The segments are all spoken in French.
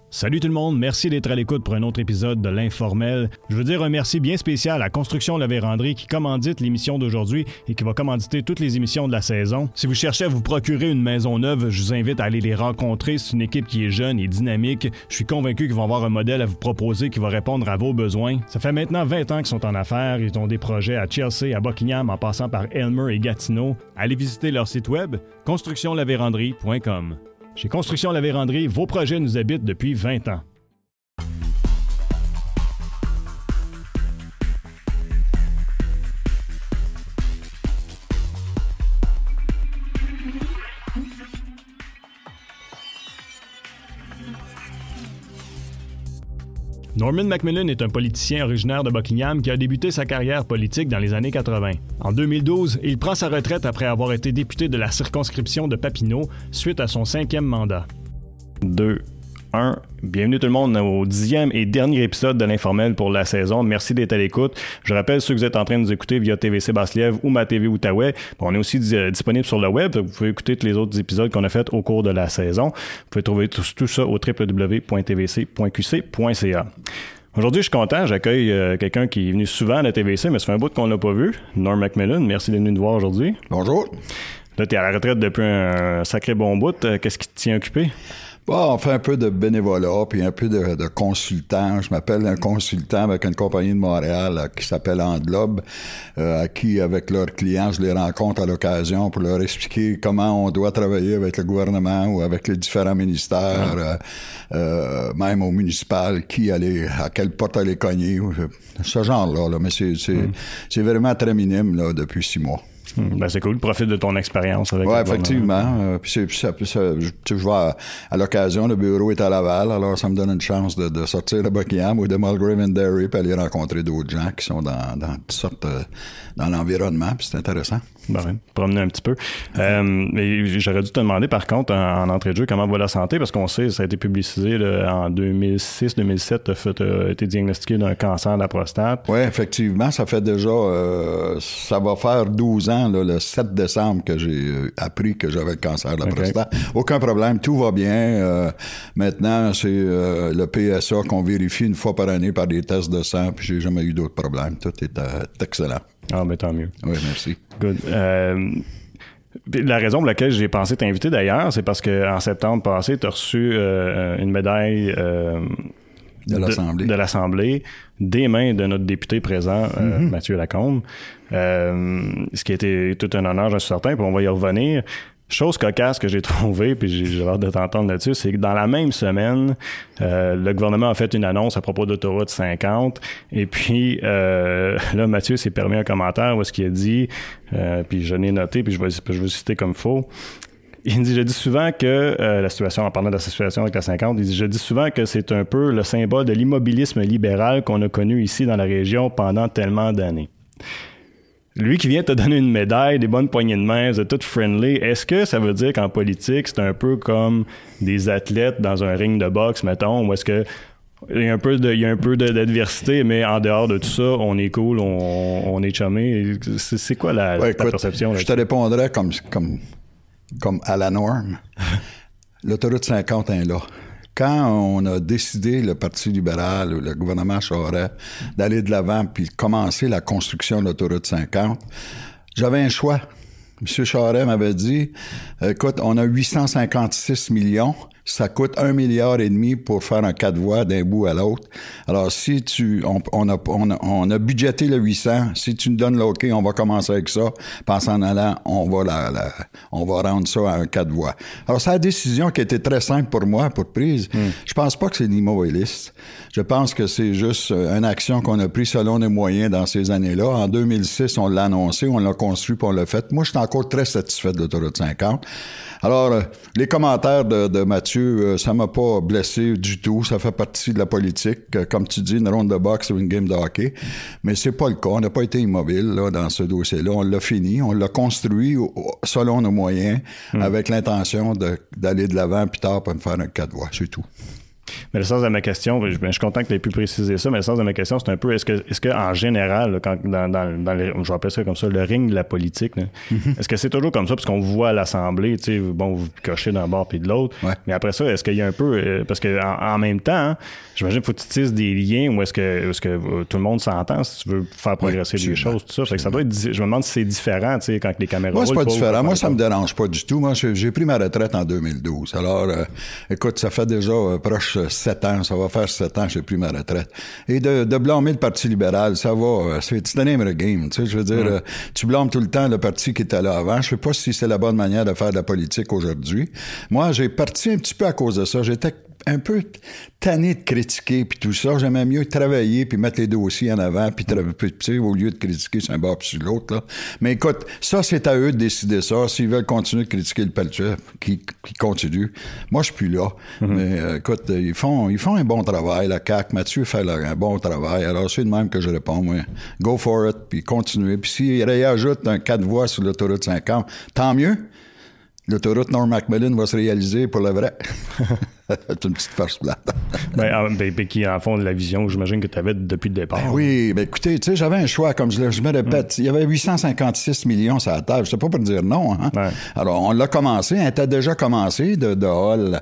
Salut tout le monde, merci d'être à l'écoute pour un autre épisode de l'Informel. Je veux dire un merci bien spécial à Construction La Vérandrie qui commandite l'émission d'aujourd'hui et qui va commanditer toutes les émissions de la saison. Si vous cherchez à vous procurer une maison neuve, je vous invite à aller les rencontrer. C'est une équipe qui est jeune et dynamique. Je suis convaincu qu'ils vont avoir un modèle à vous proposer qui va répondre à vos besoins. Ça fait maintenant 20 ans qu'ils sont en affaires. Ils ont des projets à Chelsea, à Buckingham, en passant par Elmer et Gatineau. Allez visiter leur site web, constructionlavérandrie.com. Chez Construction La Vérandrie, vos projets nous habitent depuis 20 ans. Norman McMillan est un politicien originaire de Buckingham qui a débuté sa carrière politique dans les années 80. En 2012, il prend sa retraite après avoir été député de la circonscription de Papineau suite à son 5e mandat. 2, 1. Bienvenue tout le monde au 10e et dernier épisode de l'Informel pour la saison. Merci d'être à l'écoute. Je rappelle ceux que vous êtes en train de nous écouter via TVC Basse-Lièvre ou ma TV Outaouais. On est aussi disponible sur le web. Vous pouvez écouter tous les autres épisodes qu'on a fait au cours de la saison. Vous pouvez trouver tout ça au www.tvc.qc.ca. Aujourd'hui, je suis content. J'accueille quelqu'un qui est venu souvent à la TVC, mais ça fait un bout qu'on l'a pas vu. Norm McMillan, merci d'être venu nous voir aujourd'hui. Bonjour. Là, tu es à la retraite depuis un sacré bon bout. Qu'est-ce qui te tient occupé? Bon, on fait un peu de bénévolat, puis un peu de consultant. Je m'appelle un consultant avec une compagnie de Montréal qui s'appelle Englobe, à qui, avec leurs clients, je les rencontre à l'occasion pour leur expliquer comment on doit travailler avec le gouvernement ou avec les différents ministères, même au municipal, à quelle porte aller cogner, ce genre-là. Là. Mais c'est vraiment très minime là, depuis 6 mois. Ben c'est cool, profite de ton expérience avec. Oui, effectivement. Puis je vois à l'occasion, le bureau est à Laval, alors ça me donne une chance de sortir de Buckingham ou de Mulgrave and Derry puis aller rencontrer d'autres gens qui sont dans toutes sortes dans l'environnement, puis c'est intéressant. Ben, promener un petit peu. Mais j'aurais dû te demander, par contre, en entrée de jeu, comment va la santé, parce qu'on sait, ça a été publicisé là, en 2006-2007, tu as été diagnostiqué d'un cancer de la prostate. Oui, effectivement, ça fait déjà, ça va faire 12 ans, là, le 7 décembre, que j'ai appris que j'avais le cancer de la prostate. Aucun problème, tout va bien. Maintenant, c'est le PSA qu'on vérifie une fois par année par des tests de sang, puis j'ai jamais eu d'autres problèmes. Tout est excellent. Ah, ben tant mieux. Oui, merci. Good. La raison pour laquelle j'ai pensé t'inviter d'ailleurs, c'est parce qu'en septembre passé, tu as reçu une médaille de l'Assemblée des mains de notre député présent, Mathieu Lacombe. Ce qui a été tout un honneur, j'en suis certain, puis on va y revenir. Chose cocasse que j'ai trouvée, puis j'ai hâte de t'entendre là-dessus, c'est que dans la même semaine, le gouvernement a fait une annonce à propos d'Autoroute 50, et puis là, Mathieu s'est permis un commentaire où est-ce qu'il a dit, puis je l'ai noté, puis je vais citer comme faux. Il dit, je dis souvent que, la situation, en parlant de la situation avec la 50, il dit, je dis souvent que c'est un peu le symbole de l'immobilisme libéral qu'on a connu ici dans la région pendant tellement d'années. Lui qui vient te donner une médaille, des bonnes poignées de main, vous êtes tout friendly, est-ce que ça veut dire qu'en politique, c'est un peu comme des athlètes dans un ring de boxe, mettons, ou est-ce que il y a un peu d'adversité, mais en dehors de tout ça, on est cool, on est chumé. C'est quoi ta perception? Je te répondrais comme à la norme. L'autoroute 50 est là. Quand on a décidé, le Parti libéral ou le gouvernement Charest, d'aller de l'avant puis commencer la construction de l'autoroute 50, j'avais un choix. M. Charest m'avait dit, écoute, on a 856 millions, ça coûte 1,5 milliard pour faire un 4 voies d'un bout à l'autre. Alors, si on a budgété le 800, si tu nous donnes l'OK, on va commencer avec ça, puis en allant, on va rendre ça à un 4 voies. Alors, c'est la décision qui a été très simple pour moi, pour prise. Je pense pas que c'est l'immobiliste. Je pense que c'est juste une action qu'on a prise selon nos moyens dans ces années-là. En 2006, on l'a annoncé, on l'a construit, puis on l'a fait. Moi, je suis encore très satisfait de l'autoroute 50. Alors, les commentaires de Mathieu, ça m'a pas blessé du tout. Ça fait partie de la politique. Comme tu dis, une ronde de boxe ou une game de hockey. Mais c'est pas le cas. On n'a pas été immobile là, dans ce dossier-là. On l'a fini. On l'a construit selon nos moyens, avec l'intention d'aller de l'avant plus tard pour me faire un 4 voies. C'est tout. Mais le sens de ma question, je suis content que tu aies pu préciser ça, mais le sens de ma question, c'est un peu, est-ce que en général, là, quand, dans les, je vais appeler ça comme ça, le ring de la politique, là, est-ce que c'est toujours comme ça, parce qu'on vous voit à l'Assemblée, tu sais, bon, vous cochez d'un bord puis de l'autre, mais après ça, est-ce qu'il y a un peu, parce que en même temps, hein, j'imagine qu'il faut que tu tisses des liens où est-ce que tout le monde s'entend si tu veux faire progresser les choses, tout ça. Fait que ça doit être, je me demande si c'est différent, tu sais, quand les caméras roulent. Moi, c'est pas différent. Moi, ça me dérange pas du tout. Moi, j'ai pris ma retraite en 2012. Alors, écoute, ça fait déjà proche 7 ans. Ça va faire 7 ans que j'ai pris ma retraite. Et de blâmer le Parti libéral, ça va. C'est the name of the game. Tu sais, je veux dire, tu blâmes tout le temps le parti qui était là avant. Je sais pas si c'est la bonne manière de faire de la politique aujourd'hui. Moi, j'ai parti un petit peu à cause de ça. J'étais un peu tanné de critiquer puis tout ça. J'aimais mieux travailler puis mettre les dossiers en avant puis tu sais, au lieu de critiquer sur un bord puis sur l'autre, là. Mais écoute, ça, c'est à eux de décider ça. S'ils veulent continuer de critiquer le Peltier, qui continue. Moi, je suis plus là. Mais écoute, ils font un bon travail. La CAQ, Mathieu fait un bon travail. Alors, c'est de même que je réponds, moi. Go for it, puis continuez. Puis s'ils réajoutent un 4 voies sur l'autoroute 50, tant mieux. L'autoroute Norm-Macmillan va se réaliser pour le vrai. C'est une petite farce plate. Qui, en fond, de la vision, j'imagine que tu avais depuis le départ. Oui, écoutez, tu sais, j'avais un choix, comme je me répète. Il y avait 856 millions sur la table. Je sais pas pour dire non. Hein? Ouais. Alors, on l'a commencé. Elle était déjà commencé de Hull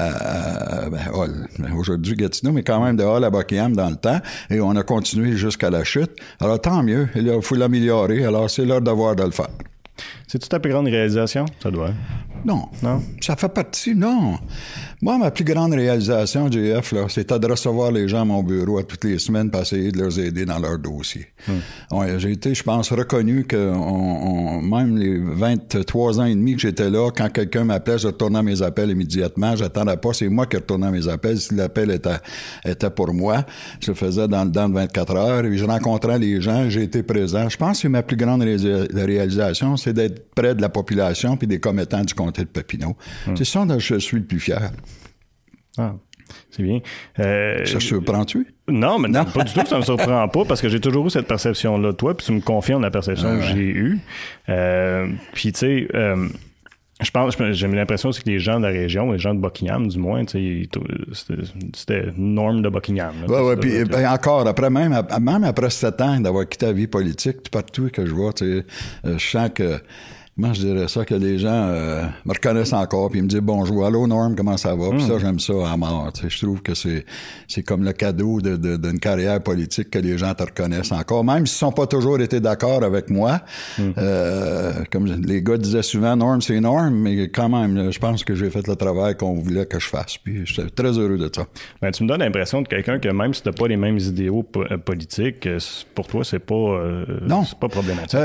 Hull. Aujourd'hui, Gatineau, mais quand même de Hull à Buckingham dans le temps. Et on a continué jusqu'à la chute. Alors, tant mieux. Il faut l'améliorer. Alors, c'est leur devoir de le faire. C'est-tu ta plus grande réalisation? Ça doit. Non. Ça fait partie, non. Moi, ma plus grande réalisation, JF, là, c'était de recevoir les gens à mon bureau à toutes les semaines pour essayer de les aider dans leur dossier. Ouais, j'ai été, je pense, reconnu que même les 23 ans et demi que j'étais là, quand quelqu'un m'appelait, je retournais à mes appels immédiatement. J'attendais pas, c'est moi qui retournais à mes appels. Si l'appel était pour moi, je le faisais dans le temps de 24 heures. Et je rencontrais les gens, j'ai été présent. Je pense que ma plus grande réalisation, c'est d'être près de la population puis des commettants du comté de Papineau. C'est ça dont je suis le plus fier. Ah, c'est bien. Ça surprend-tu? Non, mais non, pas du tout, ça me surprend pas, parce que j'ai toujours eu cette perception-là de toi, puis tu me confirmes la perception que j'ai eue. Puis, tu sais, je pense, j'ai l'impression aussi que les gens de la région, les gens de Buckingham, du moins, c'était Norm de Buckingham. Oui, puis encore, même après 7 ans d'avoir quitté la vie politique, partout que je vois, je sens que moi, je dirais ça, que les gens me reconnaissent encore, puis ils me disent bonjour, allô Norm, comment ça va? Puis ça, j'aime ça à mort. Je trouve que c'est comme le cadeau d'une carrière politique que les gens te reconnaissent encore, même s'ils sont pas toujours été d'accord avec moi. Comme les gars disaient souvent, Norm, c'est Norm, mais quand même, je pense que j'ai fait le travail qu'on voulait que je fasse. Puis j'étais très heureux de ça. Ben, tu me donnes l'impression de quelqu'un que même si t'as pas les mêmes idéaux politiques, pour toi, c'est pas c'est pas problématique.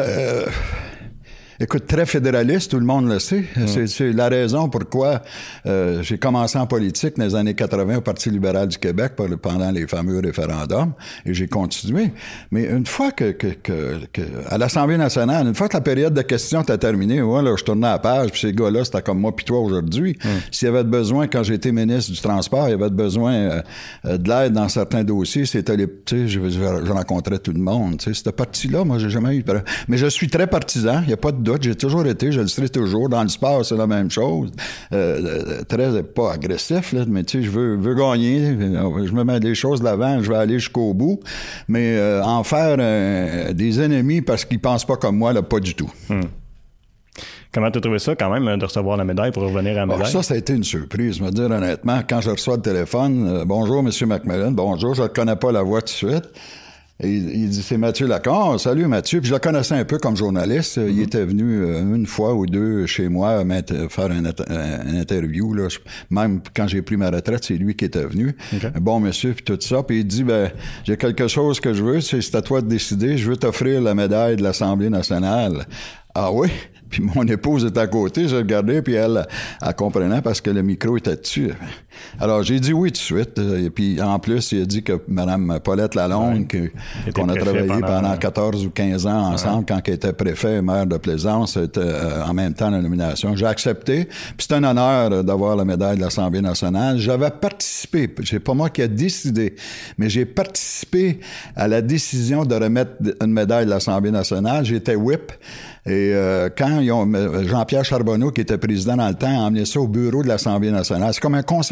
Écoute, très fédéraliste, tout le monde le sait. C'est la raison pourquoi j'ai commencé en politique dans les années 80 au Parti libéral du Québec pendant les fameux référendums, et j'ai continué. Mais une fois que à l'Assemblée nationale, une fois que la période de questions était terminée, là, je tournais la page, puis ces gars-là, c'était comme moi puis toi aujourd'hui. S'il y avait besoin, quand j'étais ministre du Transport, il y avait besoin de l'aide dans certains dossiers, c'était je rencontrais tout le monde. Cette partie-là, moi, j'ai jamais eu... Mais je suis très partisan, il n'y a pas de j'ai toujours été, je le serai toujours. Dans le sport, c'est la même chose. Très, pas agressif, là, mais tu sais, je veux gagner. Je me mets des choses de l'avant, je vais aller jusqu'au bout. Mais en faire des ennemis parce qu'ils pensent pas comme moi, là, pas du tout. Comment t'as trouvé ça, quand même, de recevoir la médaille pour revenir à la médaille? Ça a été une surprise, je veux dire honnêtement. Quand je reçois le téléphone, bonjour, M. Macmillan, bonjour, je ne connais pas la voix tout de suite. Et il dit, c'est Mathieu Lacombe. Salut Mathieu. Puis je le connaissais un peu comme journaliste. Il était venu une fois ou deux chez moi faire une interview. Là. Même quand j'ai pris ma retraite, c'est lui qui était venu. Okay. Bon monsieur, puis tout ça. Puis il dit, j'ai quelque chose que je veux, c'est à toi de décider. Je veux t'offrir la médaille de l'Assemblée nationale. Ah oui? Puis mon épouse était à côté, je regardais, puis elle comprenait parce que le micro était dessus. Alors, j'ai dit oui tout de suite. Et puis, en plus, il a dit que Mme Paulette Lalonde, qu'on a travaillé pendant 14 ou 15 ans ensemble, quand elle était préfet et maire de Plaisance, était en même temps la nomination. J'ai accepté. Puis c'est un honneur d'avoir la médaille de l'Assemblée nationale. J'avais participé, c'est pas moi qui ai décidé, mais j'ai participé à la décision de remettre une médaille de l'Assemblée nationale. J'étais whip. Et quand Jean-Pierre Charbonneau, qui était président dans le temps, a emmené ça au bureau de l'Assemblée nationale. C'est comme un conseil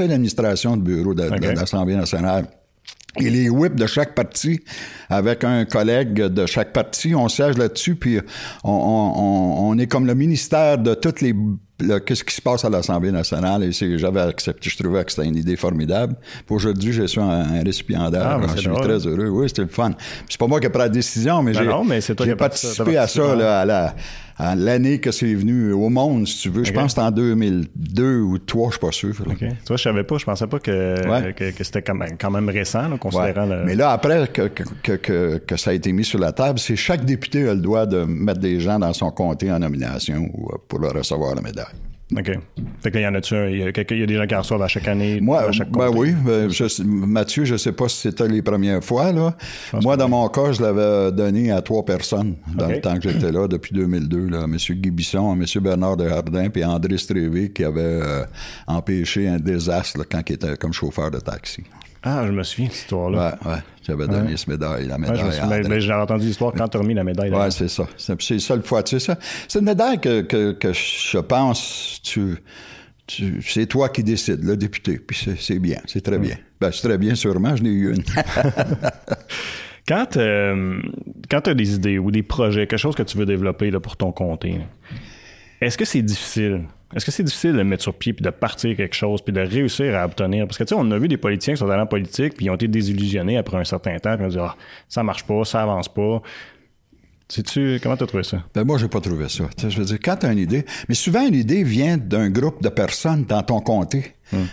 conseil d'administration de bureau de l'Assemblée nationale. Et les whips de chaque parti, avec un collègue de chaque parti, on siège là-dessus, puis on est comme le ministère de toutes les... qu'est-ce qui se passe à l'Assemblée nationale, et j'avais accepté, je trouvais que c'était une idée formidable. Puis aujourd'hui, je suis un récipiendaire. Je suis très heureux. Oui, c'était le fun. C'est pas moi qui ai pris la décision, mais j'ai participé à ça là, à l'année que c'est venu au monde, si tu veux. Je pense que c'était en 2002 ou 2003, je suis pas sûr. OK. Tu vois, je savais pas. Je pensais pas que c'était quand même récent, là, considérant le... Mais là, après que ça a été mis sur la table, c'est chaque député a le droit de mettre des gens dans son comté en nomination pour leur recevoir la médaille. OK. Fait que là, y en a-tu un? Il y a des gens qui en reçoivent à chaque année? Moi, à chaque comté? Oui. Mathieu, je sais pas si c'était les premières fois, là. Moi, dans mon cas, je l'avais donné à 3 personnes dans le temps que j'étais là, depuis 2002, là. M. Guy Bisson, M. Bernard Desjardins, puis André Strévé, qui avait empêché un désastre là, quand il était comme chauffeur de taxi. Ah, je me souviens de cette histoire-là. Oui. J'avais donné cette médaille, la médaille. Mais j'ai entendu l'histoire quand tu as remis la médaille. Oui, c'est ça. C'est ça le fois. Tu sais, ça. C'est une médaille que je pense, c'est toi qui décides, le député. Puis c'est bien, c'est très bien. Ben, c'est très bien, sûrement, je n'ai eu une. Quand tu as des idées ou des projets, quelque chose que tu veux développer là, pour ton comté, est-ce que c'est difficile? Est-ce que c'est difficile de mettre sur pied puis de partir quelque chose puis de réussir à obtenir? Parce que, tu sais, on a vu des politiciens qui sont allés en politique puis ils ont été désillusionnés après un certain temps puis ils ont dit « ça marche pas, ça avance pas ». Comment t'as trouvé ça? Ben moi, j'ai pas trouvé ça. T'sais, je veux dire, quand t'as une idée... Mais souvent, une idée vient d'un groupe de personnes dans ton comté.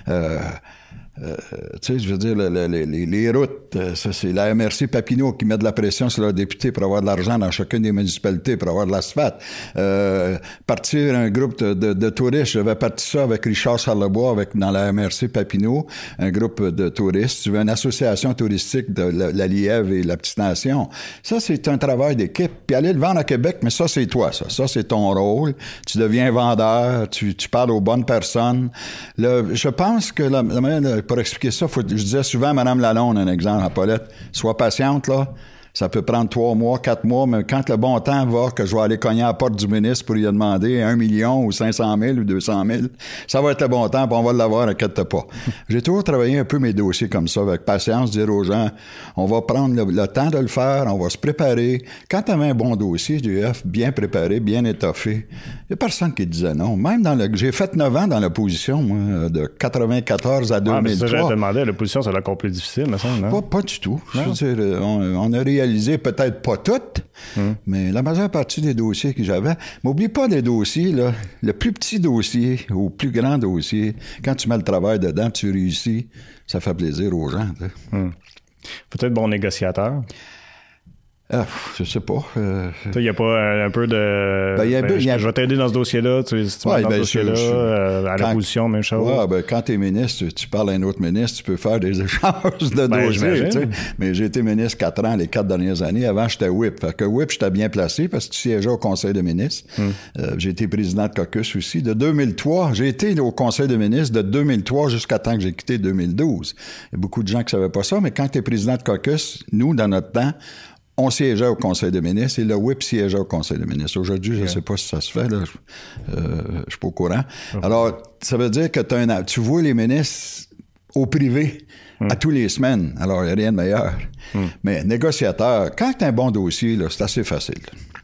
Tu sais, je veux dire, les routes, ça, c'est la MRC Papineau qui met de la pression sur leurs députés pour avoir de l'argent dans chacune des municipalités, pour avoir de l'asphalte. Partir un groupe de touristes, j'avais parti ça avec Richard Charlebois, dans la MRC Papineau, un groupe de touristes. Tu veux une association touristique de la Lièvre et la Petite Nation. Ça, c'est un travail d'équipe. Puis aller le vendre à Québec, mais ça, c'est toi, ça. Ça, c'est ton rôle. Tu deviens vendeur, tu parles aux bonnes personnes. Là, je pense que la manière pour expliquer ça, je disais souvent à Mme Lalonde, un exemple, à Paulette, sois patiente, là. Ça peut prendre 3 mois, 4 mois, mais quand le bon temps va, que je vais aller cogner à la porte du ministre pour lui demander 1 million ou 500 000 ou 200 000, ça va être le bon temps, puis on va l'avoir, inquiète pas. J'ai toujours travaillé un peu mes dossiers comme ça, avec patience, dire aux gens, on va prendre le temps de le faire, on va se préparer. Quand tu avais un bon dossier, bien préparé, bien étoffé, il n'y a personne qui disait non. Même j'ai fait 9 ans dans l'opposition, moi, de 94 à 2003. Mais ça, j'allais te demander, l'opposition, c'est encore plus difficile, me semble, non? Pas du tout. Je veux dire, on a réalisé peut-être pas toutes, mais la majeure partie des dossiers que j'avais. M'oublie pas des dossiers, là. Le plus petit dossier au plus grand dossier, quand tu mets le travail dedans, tu réussis, ça fait plaisir aux gens. Peut-être bon négociateur. Je sais pas. Il n'y a pas un peu de... je vais t'aider dans ce dossier-là. Si tu vas dans ce dossier-là, à l'opposition, même chose. Oui, quand tu es ministre, tu parles à un autre ministre, tu peux faire des échanges de dossiers. Mais j'ai été ministre 4 ans, les 4 dernières années. Avant, j'étais whip. Fait que whip, j'étais bien placé parce que tu siégeais au Conseil des ministres. J'ai été président de caucus aussi. De 2003, j'ai été au Conseil des ministres de 2003 jusqu'à temps que j'ai quitté 2012. Il y a beaucoup de gens qui ne savaient pas ça, mais quand tu es président de caucus, nous, dans notre temps, on siégeait au Conseil des ministres et le whip siégeait au Conseil des ministres. Aujourd'hui, je ne sais pas si ça se fait, là. Je suis pas au courant. Alors, ça veut dire que tu vois les ministres au privé à tous les semaines. Alors, il n'y a rien de meilleur. Mais négociateur, quand tu as un bon dossier, là, c'est assez facile.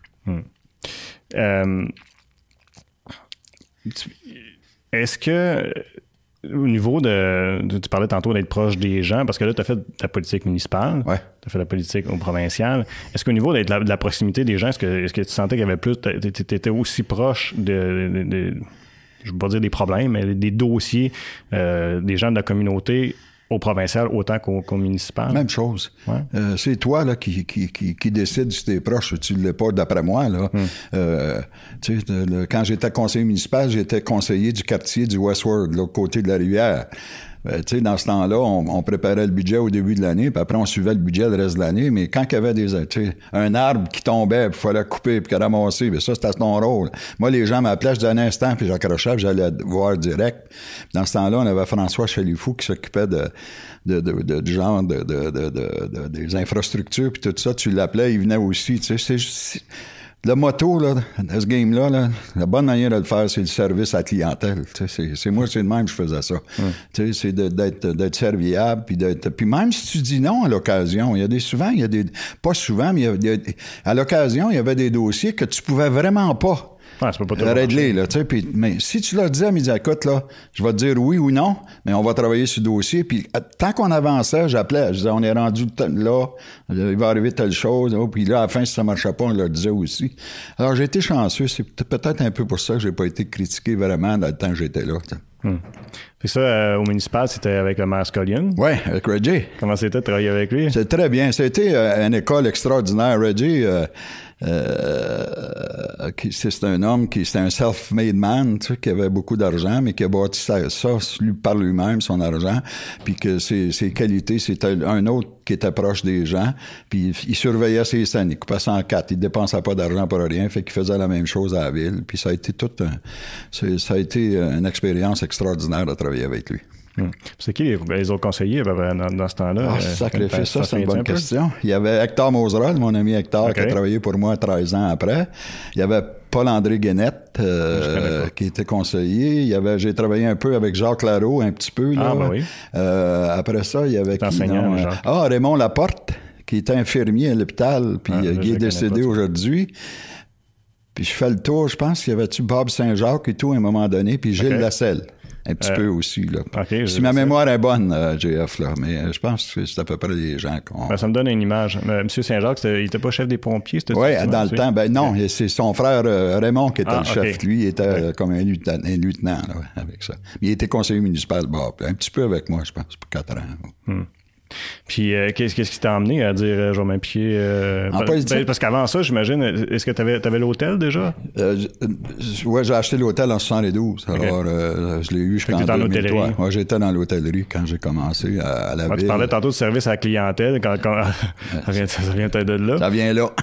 Est-ce que... Au niveau tu parlais tantôt d'être proche des gens, parce que là, tu as fait de la politique municipale, tu as fait de la politique au provincial. Est-ce qu'au niveau de la proximité des gens, est-ce que tu sentais qu'il y avait plus, tu étais aussi proche je ne veux pas dire des problèmes, mais des dossiers des gens de la communauté au provincial autant qu'au municipal? Même chose. C'est toi là, qui décide si tu es proche ou tu ne l'es pas, d'après moi. Là. Quand j'étais conseiller municipal, j'étais conseiller du quartier du Westward, de l'autre côté de la rivière. Dans ce temps-là, on préparait le budget au début de l'année, puis après, on suivait le budget le reste de l'année. Mais quand il y avait un arbre qui tombait, puis il fallait couper, puis ramasser, bien ça, c'était ton rôle. Moi, les gens m'appelaient, je donnais un instant, puis j'accrochais, puis j'allais voir direct. Puis dans ce temps-là, on avait François Chalifou qui s'occupait du genre des infrastructures, puis tout ça. Tu l'appelais, il venait aussi. Le motto là, de ce game-là, là, la bonne manière de le faire, c'est le service à la clientèle. C'est moi, c'est de même que je faisais ça. C'est d'être serviable, puis même si tu dis non à l'occasion, il y a des pas souvent, mais à l'occasion, il y avait des dossiers que tu pouvais vraiment pas. Ouais, ça peut pas régler, là, tu sais, mais si tu leur disais à midi, écoute, là, je vais te dire oui ou non, mais on va travailler sur le dossier, puis tant qu'on avançait, j'appelais, je disais, on est rendu là, il va arriver telle chose, puis là, à la fin, si ça marchait pas, on leur disait aussi. Alors, j'ai été chanceux, c'est peut-être un peu pour ça que j'ai pas été critiqué vraiment dans le temps que j'étais là, t'sais. Puis ça, au municipal, c'était avec le maire Scullion? Oui, avec Reggie. Comment c'était de travailler avec lui? C'est très bien. C'était une école extraordinaire. Reggie, c'est un homme c'est un self-made man, tu sais, qui avait beaucoup d'argent, mais qui a bâti ça par lui-même, son argent, puis que ses qualités, c'était un autre qui était proche des gens, puis il surveillait ses scènes, il coupait ça en 4, il dépensait pas d'argent pour rien, fait qu'il faisait la même chose à la ville, puis ça a été ça a été une expérience extraordinaire de travailler avec lui. C'est qui les autres conseillers dans ce temps-là? Sacrifice, ça, c'est une bonne question. Il y avait Hector Moserol, mon ami Hector, qui a travaillé pour moi 13 ans après. Il y avait Paul-André Guénette, qui était conseiller. J'ai travaillé un peu avec Jacques Larreau, un petit peu. Là. Oui. Après ça, il y avait Raymond Laporte, qui était infirmier à l'hôpital, puis qui est décédé aujourd'hui. Puis je fais le tour, je pense qu'il y avait-tu Bob Saint-Jacques et tout à un moment donné, puis Gilles Lasselle. Un petit peu aussi, là. Si ma mémoire est bonne, JF, là, mais je pense que c'est à peu près les gens qu'on... ça me donne une image. M. Saint-Jacques, il était pas chef des pompiers? Oui, dans le temps. Non, c'est son frère Raymond qui était le chef. Lui, il était comme un lieutenant là, avec ça. Mais il était conseiller municipal, Bob. Un petit peu avec moi, je pense, pour 4 ans. Puis, qu'est-ce qui t'a amené à dire je vais m'impliquer? Parce qu'avant ça, j'imagine, est-ce que t'avais l'hôtel déjà? Oui, j'ai acheté l'hôtel en 72. Alors, je l'ai eu jusqu'en 2003. Moi, j'étais dans l'hôtellerie quand j'ai commencé à la ville. Tu parlais tantôt de service à la clientèle. Ça vient peut-être de là? Ça vient là.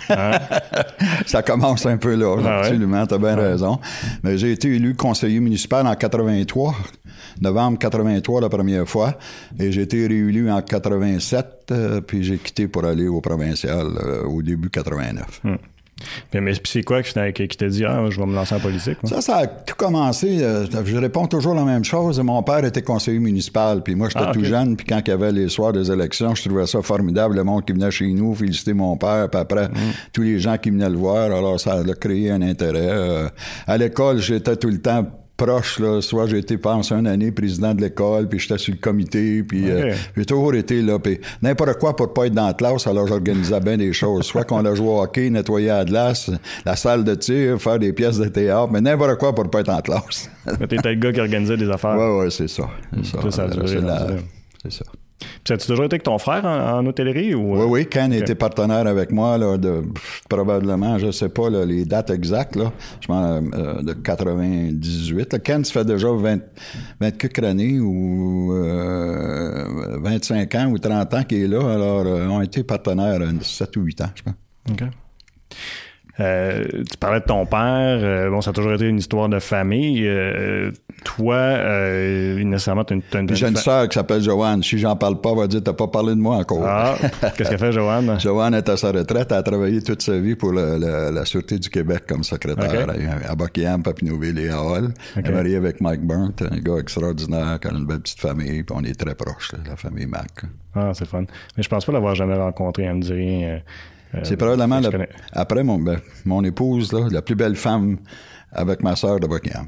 Ça commence un peu là, absolument. T'as bien raison. Mais j'ai été élu conseiller municipal en 83. Novembre 83 la première fois, et j'ai été réélu en 87, puis j'ai quitté pour aller au provincial au début 89. Mais c'est quoi qui t'a dit je vais me lancer en politique? Moi? Ça a tout commencé. Je réponds toujours la même chose. Mon père était conseiller municipal, puis moi, j'étais tout jeune, puis quand il y avait les soirs des élections, je trouvais ça formidable, le monde qui venait chez nous, féliciter mon père, puis après, tous les gens qui venaient le voir. Alors, ça a créé un intérêt. À l'école, j'étais tout le temps proche, là, soit j'ai été pendant une année président de l'école, puis j'étais sur le comité, puis j'ai toujours été là, puis n'importe quoi pour pas être dans la classe, alors j'organisais bien des choses, soit qu'on a joué au hockey, nettoyer la glace, la salle de tir, faire des pièces de théâtre, mais n'importe quoi pour pas être en classe. T'étais le gars qui organisait des affaires. Oui, c'est ça. C'est ça. Puis as-tu toujours été avec ton frère en hôtellerie? Ou... Oui, Ken était partenaire avec moi, là, probablement, je sais pas là, les dates exactes, là, de 98. Là. Ken, ça fait déjà 20 quelques années ou 25 ans ou 30 ans qu'il est là, alors on a été partenaires 7 ou 8 ans, je pense. OK. Tu parlais de ton père. Ça a toujours été une histoire de famille. Toi, nécessairement, j'ai une sœur qui s'appelle Joanne. Si j'en parle pas, elle va dire t'as pas parlé de moi encore. Qu'est-ce qu'elle fait, Joanne? Joanne est à sa retraite. Elle a travaillé toute sa vie pour la Sûreté du Québec comme secrétaire à Buckingham, Papineauville et à Hall. Elle est mariée avec Mike Burnt, un gars extraordinaire qui a une belle petite famille. Puis on est très proches, la famille Mac. C'est fun. Mais je pense pas l'avoir jamais rencontré. Elle me dit rien. C'est probablement après mon épouse, là, la plus belle femme avec ma sœur de Buckingham.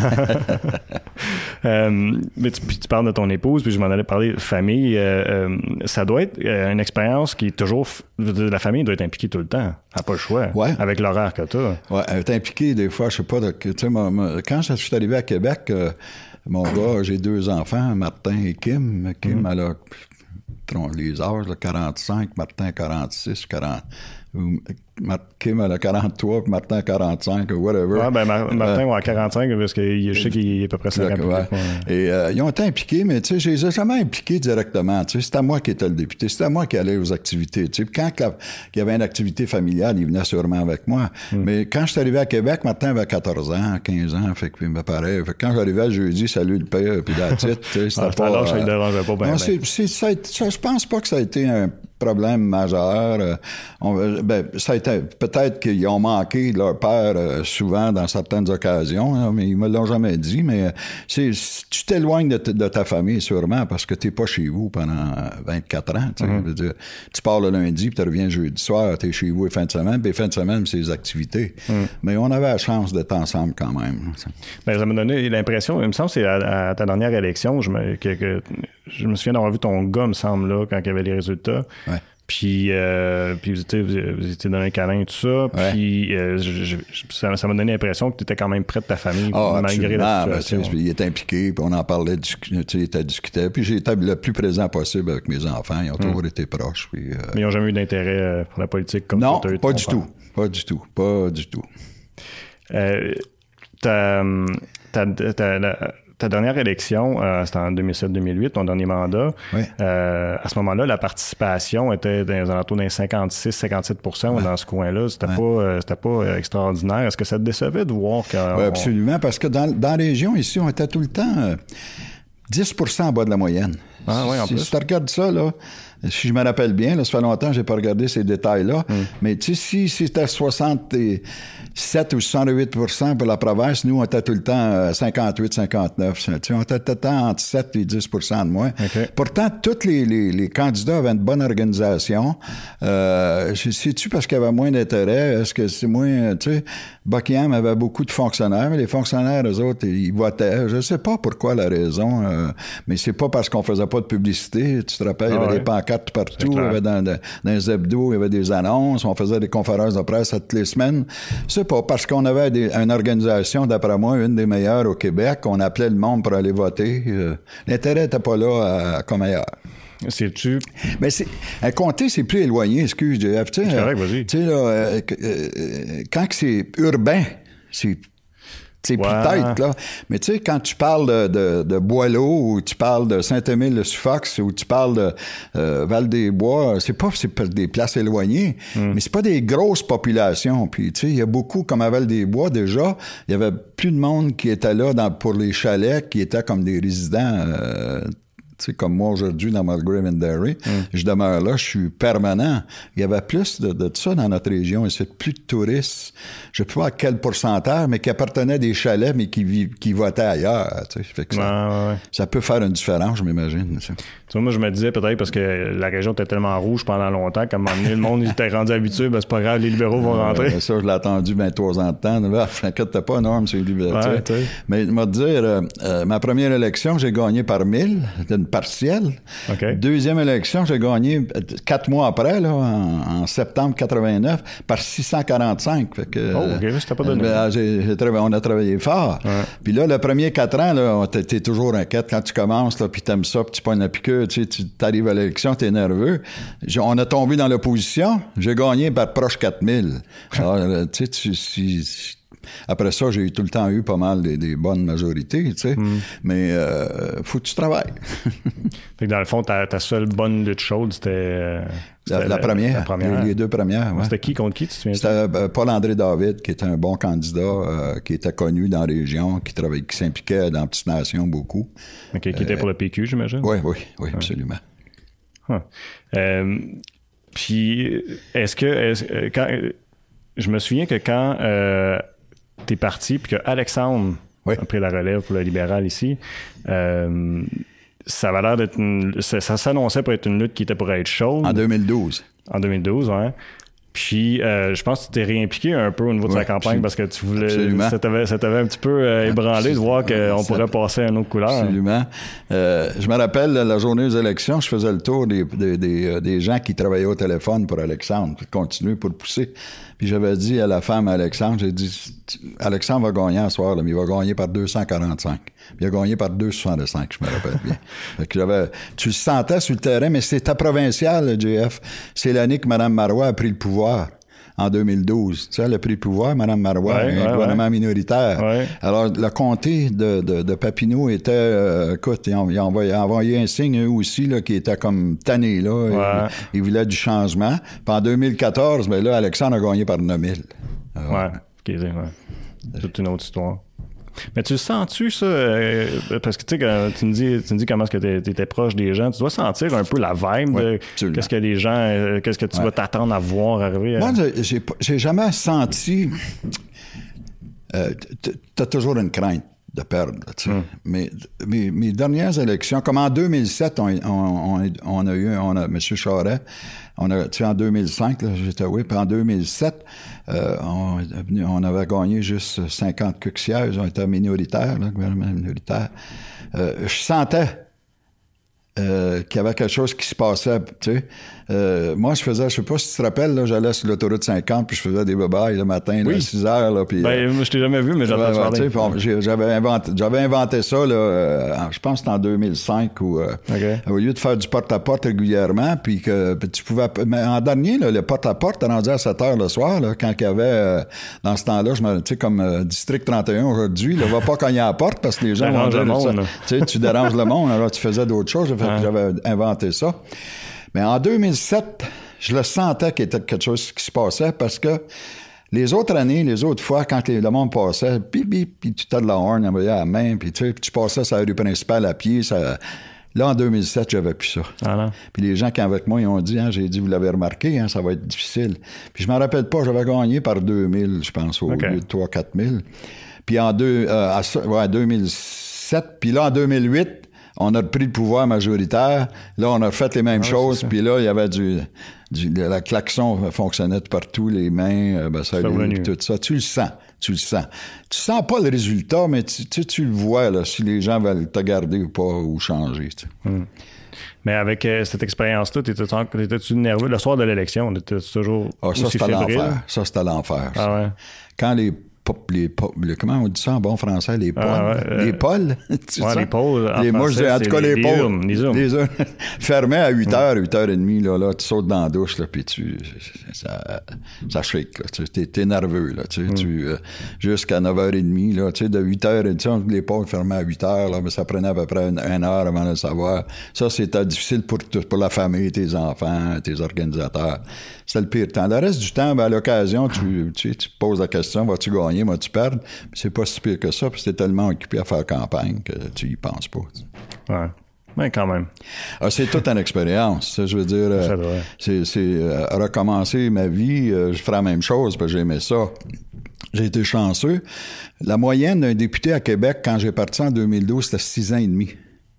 Mais tu parles de ton épouse, puis je m'en allais parler de famille. Ça doit être une expérience qui est toujours... La famille doit être impliquée tout le temps. Elle n'a pas le choix. Ouais. Avec l'horaire que tu as. Oui, elle est impliquée des fois, je sais pas... Quand je suis arrivé à Québec, mon gars, j'ai 2 enfants, Martin et Kim. Kim, elle a... les âges, là, 45, Martin 46, 40. Kim, elle a 43, puis Martin 45, ou whatever. Martin a 45, parce que je sais qu'il est à peu près 50. Et ils ont été impliqués, mais tu sais, je les ai jamais impliqués directement. Tu sais, c'était moi qui étais le député, c'était moi qui allais aux activités. Tu sais, quand il y avait une activité familiale, il venait sûrement avec moi. Mais quand je suis arrivé à Québec, Martin avait 14 ans, 15 ans, fait que il me paraît. Fait que quand j'arrivais le jeudi, salut le père, puis la titre, tu sais, c'était pas... ça ne dérangeait pas bien. Je pense pas que ça a été un problème majeur. Ça a été, peut-être qu'ils ont manqué de leur père souvent dans certaines occasions, hein, mais ils me l'ont jamais dit. Mais tu t'éloignes de ta famille sûrement parce que t'es pas chez vous pendant 24 ans. Je veux dire, tu pars le lundi puis tu reviens jeudi soir, t'es chez vous les fins de semaine, puis les fins de semaine c'est les activités. Mais on avait la chance d'être ensemble quand même. Ben, ça m'a donné l'impression, il me semble que c'est à ta dernière élection, je me souviens d'avoir vu ton gars, me semble, là, quand il y avait les résultats. Ouais. Puis vous étiez dans un câlin et tout ça. Ouais. Puis ça m'a donné l'impression que tu étais quand même près de ta famille, malgré la situation. Il était impliqué, puis on en parlait, il était discuté. Puis j'ai été le plus présent possible avec mes enfants. Ils ont toujours été proches. Puis, mais ils n'ont jamais eu d'intérêt pour la politique comme non, toi? Non, pas du tout. Pas du tout. Pas du tout. Ta dernière élection, c'était en 2007-2008, ton dernier mandat. Oui. À ce moment-là, la participation était dans les alentours d'un 56-57 % dans ce coin-là. C'était pas extraordinaire. Est-ce que ça te décevait de voir Oui, absolument, parce que dans la région, ici, on était tout le temps 10 % en bas de la moyenne. Ah oui, en plus. Si tu regardes ça, là, si je me rappelle bien, là, ça fait longtemps que je n'ai pas regardé ces détails-là, mais tu sais, si c'était 67 ou 68 % pour la province, nous, on était tout le temps 58-59. Tu sais, on était tout le temps entre 7 et 10 % de moins. Okay. Pourtant, tous les candidats avaient une bonne organisation. C'est-tu parce qu'il y avait moins d'intérêt? Est-ce que c'est moins... Tu sais, Buckingham avait beaucoup de fonctionnaires, mais les fonctionnaires, eux autres, ils votaient. Je ne sais pas pourquoi la raison, mais c'est pas parce qu'on faisait pas de publicité. Tu te rappelles, il y avait des pancartes partout, il y avait dans les hebdos, il y avait des annonces, on faisait des conférences de presse toutes les semaines. C'est pas parce qu'on avait une organisation, d'après moi, une des meilleures au Québec, on appelait le monde pour aller voter. L'intérêt n'était pas là comme ailleurs. C'est-tu... Mais un comté, c'est plus éloigné, excuse, JF. C'est correct, vas-y. Tu sais, là, quand c'est urbain, c'est peut-être, là. Mais tu sais, quand tu parles de Boileau, ou tu parles de Saint-Émile-le-Suffolk, ou tu parles de Val-des-Bois, c'est pas des places éloignées, mais c'est pas des grosses populations. Puis, tu sais, il y a beaucoup, comme à Val-des-Bois, déjà, il y avait plus de monde qui était là pour les chalets, qui étaient comme des résidents... tu sais, comme moi aujourd'hui dans Mulgrave and Derry, je demeure là, je suis permanent. Il y avait plus de ça dans notre région, et c'est plus de touristes. Je ne sais pas à quel pourcentage, mais qui appartenaient à des chalets, mais qui votaient ailleurs. Tu sais, fait que ça peut faire une différence, je m'imagine. Tu vois, moi, je me disais peut-être parce que la région était tellement rouge pendant longtemps qu'à un moment donné, le monde il était rendu habitué, ben c'est pas grave, les libéraux vont rentrer. Ça, je l'ai attendu 23 ans de temps. T'inquiète pas, Norm, c'est les libéraux. Mais je vais te dire, ma première élection, j'ai gagné par 1000. Partielle. Okay. Deuxième élection, j'ai gagné 4 mois après, là, en septembre 89, par 645. Fait que, c'était pas donné. On a travaillé fort. Ouais. Puis là, le premier 4 ans, là, t'es toujours inquiète quand tu commences, là, puis t'aimes ça, puis tu pognes la piqûre, tu t'arrives à l'élection, t'es nerveux. On a tombé dans l'opposition, j'ai gagné par proche 4000. Alors, tu sais, après ça, j'ai tout le temps eu pas mal des bonnes majorités, tu sais. Mais faut que tu travailles. Fait que dans le fond, ta seule bonne lutte chaude, c'était la première. Les deux premières, ouais. C'était qui contre qui, tu te souviens? C'était Paul-André David, qui était un bon candidat, qui était connu dans la région, qui s'impliquait dans Petite Nation beaucoup. Qui était pour le PQ, j'imagine? Oui, absolument. Puis, je me souviens que quand t'es parti, puis que Alexandre a pris la relève pour le libéral ici, ça avait l'air d'être ça s'annonçait pour être une lutte qui était pour être chaude. En 2012. En 2012, oui. Puis, je pense que tu t'es réimpliqué un peu au niveau de sa campagne parce que tu voulais... Ça t'avait un petit peu ébranlé de voir qu'on pourrait passer à une autre couleur. Absolument. Je me rappelle, la journée des élections, je faisais le tour des gens qui travaillaient au téléphone pour Alexandre, pour continuer, pour le pousser. Puis j'avais dit à la femme Alexandre, j'ai dit, Alexandre va gagner ce soir, là, mais il va gagner par 245. Puis il a gagné par 265, je me rappelle bien. Fait que tu le sentais sur le terrain, mais c'était provincial, le JF. C'est l'année que Mme Marois a pris le pouvoir. En 2012. Tu sais, elle a pris le pouvoir, Mme Marois, un gouvernement minoritaire. Ouais. Alors, le comté de Papineau était... écoute, ils ont envoyé un signe, eux aussi, là, qui était comme tanné, là. Ils voulaient du changement. Puis en 2014, ben là, Alexandre a gagné par 9000. C'est toute une autre histoire. Mais tu sens-tu ça? Parce que tu sais, quand tu me dis comment est-ce que tu étais proche des gens, tu dois sentir un peu la vibe de qu'est-ce que les gens, qu'est-ce que tu vas t'attendre à voir arriver. Moi, j'ai jamais senti... t'as toujours une crainte de perdre. Tu sais. Mais mes dernières élections, comme en 2007, on a eu M. Charest, tu sais, en 2005, là, j'étais puis en 2007, on avait gagné juste 50 quelques sièges, on était minoritaire, le gouvernement minoritaire. Je sentais qu'il y avait quelque chose qui se passait, tu sais. Moi, je sais pas si tu te rappelles, là, j'allais sur l'autoroute 50, puis je faisais des babayes le matin, là, à 6 heures, là, puis... je t'ai jamais vu, mais j'entends parler. J'avais inventé ça, là, je pense que c'était en 2005, où, au lieu de faire du porte-à-porte régulièrement, puis que tu pouvais... Mais en dernier, là, le porte-à-porte, t'es rendu à 7 heures le soir, là, quand il y avait, dans ce temps-là, tu sais, comme District 31 aujourd'hui, là, va pas cogner à la porte, parce que les gens vont dire ça. Tu sais, tu déranges le monde, alors tu faisais d'autres choses, j'avais inventé ça. Mais en 2007, je le sentais qu'il y avait quelque chose qui se passait parce que les autres années, les autres fois, quand le monde passait, puis tu t'as de la horn, envoyé à la main, puis tu passais sur la rue principale à pied, ça... Là, en 2007, j'avais plus ça. Ah, puis les gens qui étaient avec moi, ils ont dit, j'ai dit, vous l'avez remarqué, ça va être difficile. Puis je m'en rappelle pas, j'avais gagné par 2000, je pense, au lieu de 3-4 000. Puis en 2007, puis là, en 2008, on a pris le pouvoir majoritaire. Là, on a fait les mêmes choses. Puis là, il y avait la klaxon fonctionnait de partout, les mains, salut, tout ça. Tu le sens. Tu sens pas le résultat, mais tu le vois, là, si les gens veulent te garder ou pas, ou changer. Tu sais. Mais avec cette expérience-là, t'étais-tu nerveux? Le soir de l'élection, t'étais-tu toujours aussi fébrile? Ça, c'était l'enfer. Ah ouais? Quand comment on dit ça en bon français? Les pôles? Les pôles? Les pôles. Moi, je dis, en tout cas, les pôles. Les urnes. Fermés à 8h, 8h30, là, tu sautes dans la douche, là, puis ça shake, là. T'es nerveux, là. Jusqu'à 9h30, là, de 8h, les pôles fermés à 8h, là, mais ça prenait à peu près une heure avant de le savoir. Ça, c'était difficile pour la famille, tes enfants, tes organisateurs. C'était le pire temps. Le reste du temps, à l'occasion, tu poses la question, vas-tu gagner, vas-tu perdre? Mais c'est pas si pire que ça, parce que t'es tellement occupé à faire campagne que tu y penses pas. Ouais. Mais quand même. C'est toute une expérience. Ça, je veux dire, c'est recommencer ma vie, je ferai la même chose, parce que j'aimais ça. J'ai été chanceux. La moyenne d'un député à Québec, quand j'ai parti en 2012, c'était 6 ans et demi.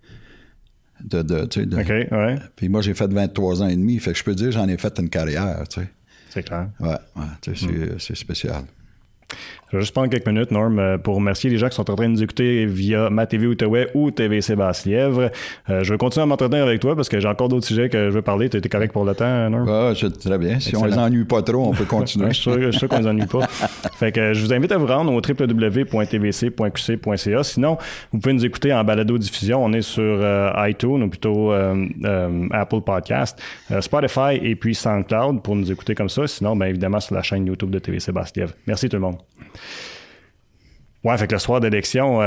OK, ouais. Puis moi, j'ai fait 23 ans et demi, fait que je peux dire j'en ai fait une carrière, tu sais. C'est clair. Ouais, c'est spécial. Je vais juste prendre quelques minutes, Norm, pour remercier les gens qui sont en train de nous écouter via Ma TV Outaouais ou TVC Basse-Lièvre. Je vais continuer à m'entretenir avec toi parce que j'ai encore d'autres sujets que je veux parler. Tu étais correct pour le temps, Norm? Très bien. Si on les ennuie pas trop, on peut continuer. Je suis sûr qu'on les ennuie pas. Fait que je vous invite à vous rendre au www.tvc.qc.ca. Sinon, vous pouvez nous écouter en balado-diffusion. On est sur iTunes ou plutôt Apple Podcast, Spotify et puis SoundCloud pour nous écouter comme ça. Sinon, bien évidemment, sur la chaîne YouTube de TVC Basse-Lièvre. Merci tout le monde. Ouais, fait que le soir d'élection,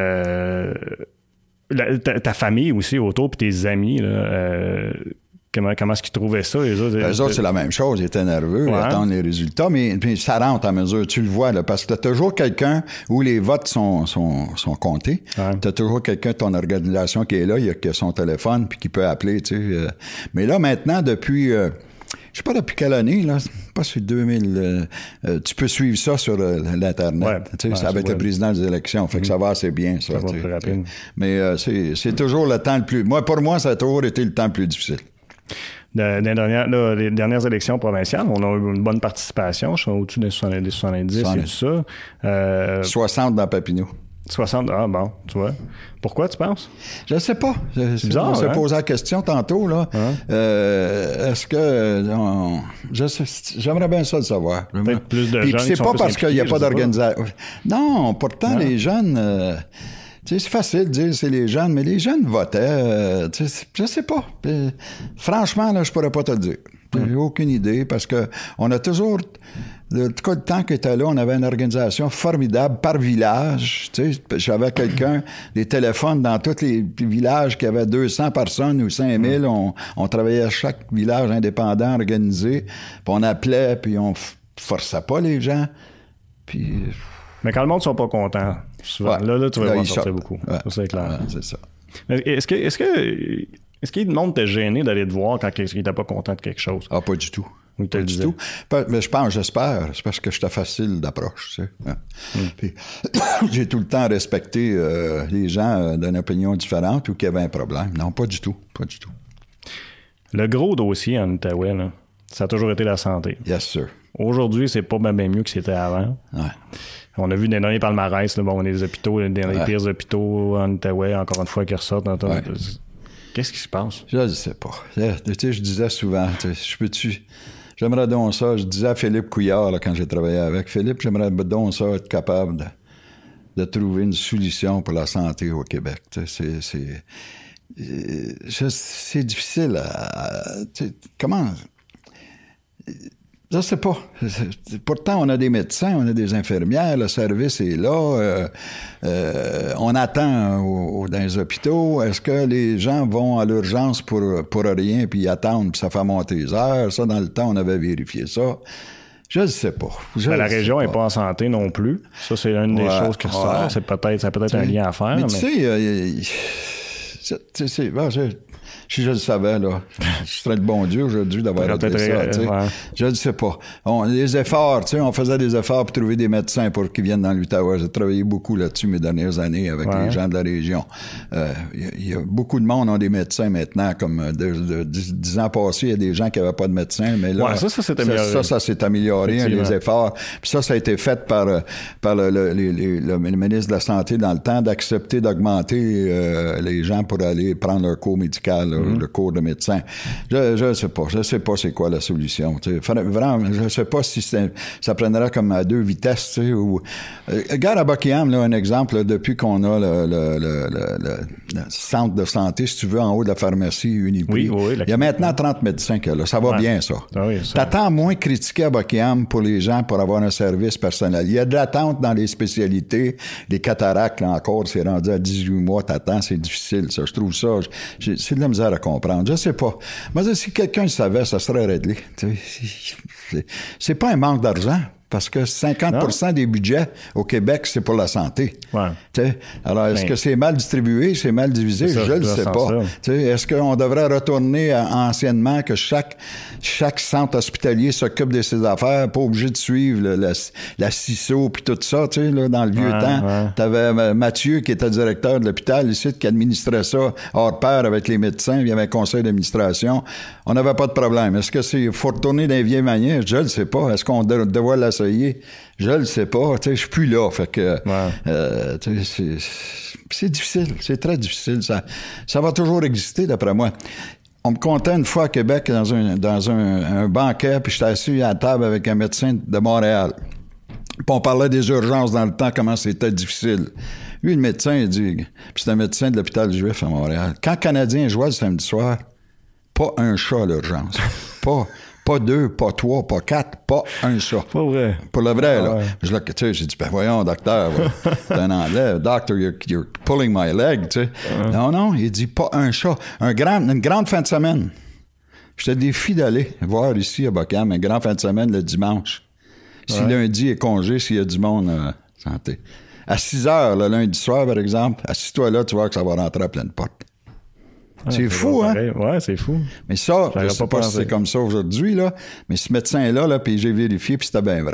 ta famille aussi autour, puis tes amis, là, comment est-ce qu'ils trouvaient ça? Les autres, c'est la même chose. Ils étaient nerveux, ils attendent les résultats, mais ça rentre à mesure. Tu le vois, là, parce que tu as toujours quelqu'un où les votes sont comptés. Ouais. Tu as toujours quelqu'un de ton organisation qui est là, qui a son téléphone, puis qui peut appeler. Tu sais. Mais là, maintenant, depuis... je sais pas depuis quelle année, là, pas sur 2000, tu peux suivre ça sur l'Internet, avec le président des élections, fait que ça va assez bien, ça. Ça va plus rapide. Mais c'est toujours le temps le plus... Pour moi, ça a toujours été le temps le plus difficile. Les dernières élections provinciales, on a eu une bonne participation, je suis au-dessus des 70 et tout ça. 60 dans Papineau. 60, bon, tu vois. Pourquoi, tu penses? Je sais pas. C'est bizarre, on s'est posé la question tantôt, là. Est-ce que... j'aimerais bien ça le savoir. Peut-être plus de jeunes c'est pas parce qu'il n'y a pas d'organisation. Non, pourtant, les jeunes... c'est facile de dire c'est les jeunes, mais les jeunes votaient. Je sais pas. Franchement, là, je pourrais pas te le dire. J'ai aucune idée parce que on a toujours... Le temps qu'il était là, on avait une organisation formidable par village. J'avais des téléphones dans tous les villages qui avaient 200 personnes ou 5000. On travaillait à chaque village indépendant, organisé. Puis on appelait, puis on forçait pas les gens. Puis... Mais quand le monde ne sont pas contents, Souvent. Ouais. Là, tu vas voir sortir beaucoup. Ouais. Ça, c'est clair. Ouais, c'est ça. Est-ce qu'il y a du monde t'a gêné d'aller te voir quand il n'était pas content de quelque chose? Ah, pas du tout. Ou pas du tout. Mais j'espère. C'est parce que j'étais facile d'approche, tu sais. Hein. Puis, j'ai tout le temps respecté les gens d'une opinion différente ou qui avaient un problème. Non, pas du tout. Pas du tout. Le gros dossier en Outaouais, là, ça a toujours été la santé. Yes, sir. Aujourd'hui, c'est pas bien mieux que c'était avant. Ouais. On a vu des derniers palmarès, là, bon, les hôpitaux, les pires hôpitaux en Outaouais, encore une fois, qui ressortent. Ouais. Qu'est-ce qui se passe? Je ne sais pas. Tu sais, je disais souvent, j'aimerais donc ça. Je disais à Philippe Couillard, là, quand j'ai travaillé avec Philippe, j'aimerais donc ça être capable de trouver une solution pour la santé au Québec. C'est difficile comment... Je sais pas. Pourtant, on a des médecins, on a des infirmières, le service est là. On attend dans les hôpitaux. Est-ce que les gens vont à l'urgence pour rien, puis attendent, puis ça fait monter les heures? Ça, dans le temps, on avait vérifié ça. Je ne sais pas. La région n'est pas en santé non plus. Ça, c'est une des choses qui ressort. Ça peut être un lien à faire. Mais tu sais, si je le savais, là, je serais le bon Dieu aujourd'hui d'avoir réglé ça. Ouais. Je ne sais pas. Les efforts, on faisait des efforts pour trouver des médecins pour qu'ils viennent dans l'Outaouais. J'ai travaillé beaucoup là-dessus mes dernières années avec les gens de la région. Il y a beaucoup de monde qui ont des médecins maintenant. Comme 10 ans passés, il y a des gens qui n'avaient pas de médecin. Mais là, ça s'est amélioré. Ça s'est amélioré, les efforts. Puis ça a été fait par le ministre de la Santé dans le temps d'accepter d'augmenter les gens pour aller prendre leur cours médical, le cours de médecin. Je sais pas. Je sais pas c'est quoi la solution. Vraiment, je sais pas si ça prendra comme à 2 vitesses. Regarde à Buckingham, là, un exemple, là, depuis qu'on a le centre de santé, si tu veux, en haut de la pharmacie Uniprix. Il y a maintenant 30 médecins que là. Ça va bien, ça. T'attends moins critiquer à Buckingham pour les gens pour avoir un service personnel. Il y a de l'attente dans les spécialités. Les cataractes, là encore, c'est rendu à 18 mois. T'attends, c'est difficile, ça. Je trouve ça. C'est de la misère à comprendre. Je sais pas. Moi, si quelqu'un le savait, ça serait réglé. C'est pas un manque d'argent. Parce que 50% des budgets au Québec, c'est pour la santé. Alors, est-ce que c'est mal distribué, c'est mal divisé? Je ne sais pas. Est-ce qu'on devrait retourner anciennement que chaque centre hospitalier s'occupe de ses affaires, pas obligé de suivre la CISO puis tout ça, là, dans le vieux temps. T'avais Mathieu qui était directeur de l'hôpital ici, qui administrait ça hors pair avec les médecins, il y avait un conseil d'administration. On n'avait pas de problème. Est-ce que faut retourner dans les vieilles manières? Je ne sais pas. Est-ce qu'on doit l'essayer? Je le sais pas. Je suis plus là. Fait que c'est difficile. C'est très difficile. Ça va toujours exister, d'après moi. On me comptait une fois à Québec dans un banquet, puis j'étais assis à la table avec un médecin de Montréal. Puis on parlait des urgences dans le temps, comment c'était difficile. Lui, le médecin, il dit, puis c'est un médecin de l'hôpital juif à Montréal. Quand le Canadien jouait le samedi soir, pas un chat à l'urgence. Pas 2, pas 3, pas 4, pas un chat. Pas vrai. Pour le vrai, là. J'ai dit, voyons, docteur, c'est un anglais. Doctor, you're pulling my leg, tu sais. Non, il dit pas un chat. Une grande fin de semaine. Je te défie d'aller voir ici à Buckingham, une grande fin de semaine le dimanche. Si lundi est congé, s'il y a du monde, santé. À 6 heures, le lundi soir, par exemple, assis-toi là, tu vois que ça va rentrer à pleine porte. C'est fou, hein? Ouais, c'est fou. Mais ça, je sais pas si c'est comme ça aujourd'hui, là, mais ce médecin-là, puis j'ai vérifié, puis c'était bien vrai.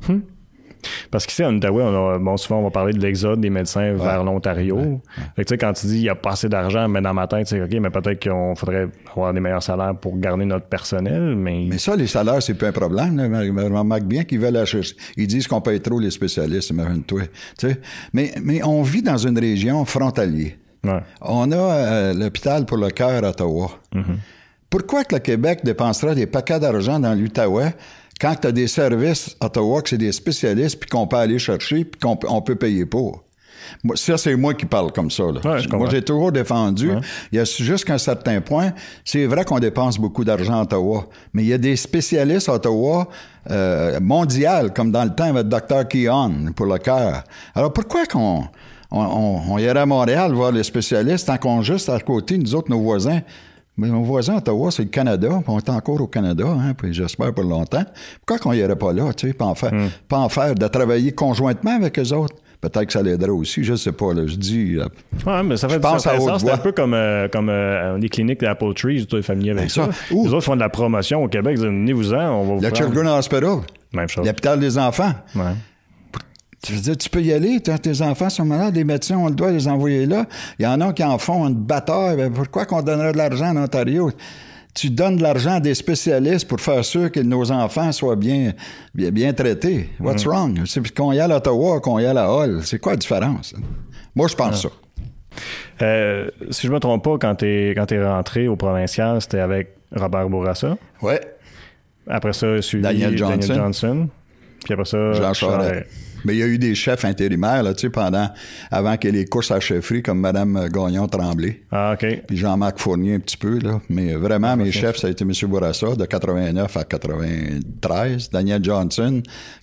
Parce qu'ici, en Outaouais, souvent, on va parler de l'exode des médecins vers l'Ontario. Fait que, tu sais, quand tu dis qu'il n'y a pas assez d'argent, mais dans ma tête, c'est OK, mais peut-être qu'on faudrait avoir des meilleurs salaires pour garder notre personnel, mais ça, les salaires, c'est pas un problème. On remarque bien qu'ils veulent acheter. Ils disent qu'on paye trop les spécialistes, imagine-toi. Mais on vit dans une région frontalière. On a l'hôpital pour le cœur à Ottawa. Pourquoi que le Québec dépenserait des paquets d'argent dans l'Outaouais quand tu as des services à Ottawa que c'est des spécialistes puis qu'on peut aller chercher puis qu'on peut payer pour? Ça, c'est moi qui parle comme ça. Là. Moi, j'ai toujours défendu. Il y a juste qu'à un certain point, c'est vrai qu'on dépense beaucoup d'argent à Ottawa, mais il y a des spécialistes à Ottawa mondial, comme dans le temps avec le Dr. Keon pour le cœur. Alors, pourquoi qu'on irait à Montréal voir les spécialistes tant qu'on juste à côté, nous autres, nos voisins? Mais nos voisins à Ottawa, c'est le Canada. On est encore au Canada, puis j'espère pour longtemps. Pourquoi qu'on irait pas là, tu sais, pas en faire, de travailler conjointement avec eux autres? peut-être que ça l'aiderait aussi. Je sais pas, là, je dis... ouais, mais ça fait du sens. C'est un peu comme les cliniques d'Apple Tree, tu es familier avec ça. Les autres font de la promotion au Québec, ils disent, venez-vous-en, on va vous le Children's Hospital. Même chose. L'hôpital des enfants. Ouais. Tu veux dire, tu peux y aller, tes enfants sont malades, les médecins ont le droit de les envoyer là. Il y en a qui en font une bataille. Ben, pourquoi qu'on donnerait de l'argent en Ontario? Tu donnes de l'argent à des spécialistes pour faire sûr que nos enfants soient bien traités. What's wrong? C'est qu'on y a à Ottawa, qu'on y a à Hull. C'est quoi la différence? Moi, je pense ça. Si je me trompe pas, quand t'es rentré au provincial, c'était avec Robert Bourassa. Oui. Après ça, suivi Daniel Johnson. Puis après ça, Jean Charest. Mais il y a eu des chefs intérimaires, là, tu sais, avant qu'il y ait les courses à chefferie, comme Mme Gagnon-Tremblay. Ah, OK. Puis Jean-Marc Fournier un petit peu, là. Mais vraiment, mes chefs, ça a été M. Bourassa, de 89 à 93. Daniel Johnson,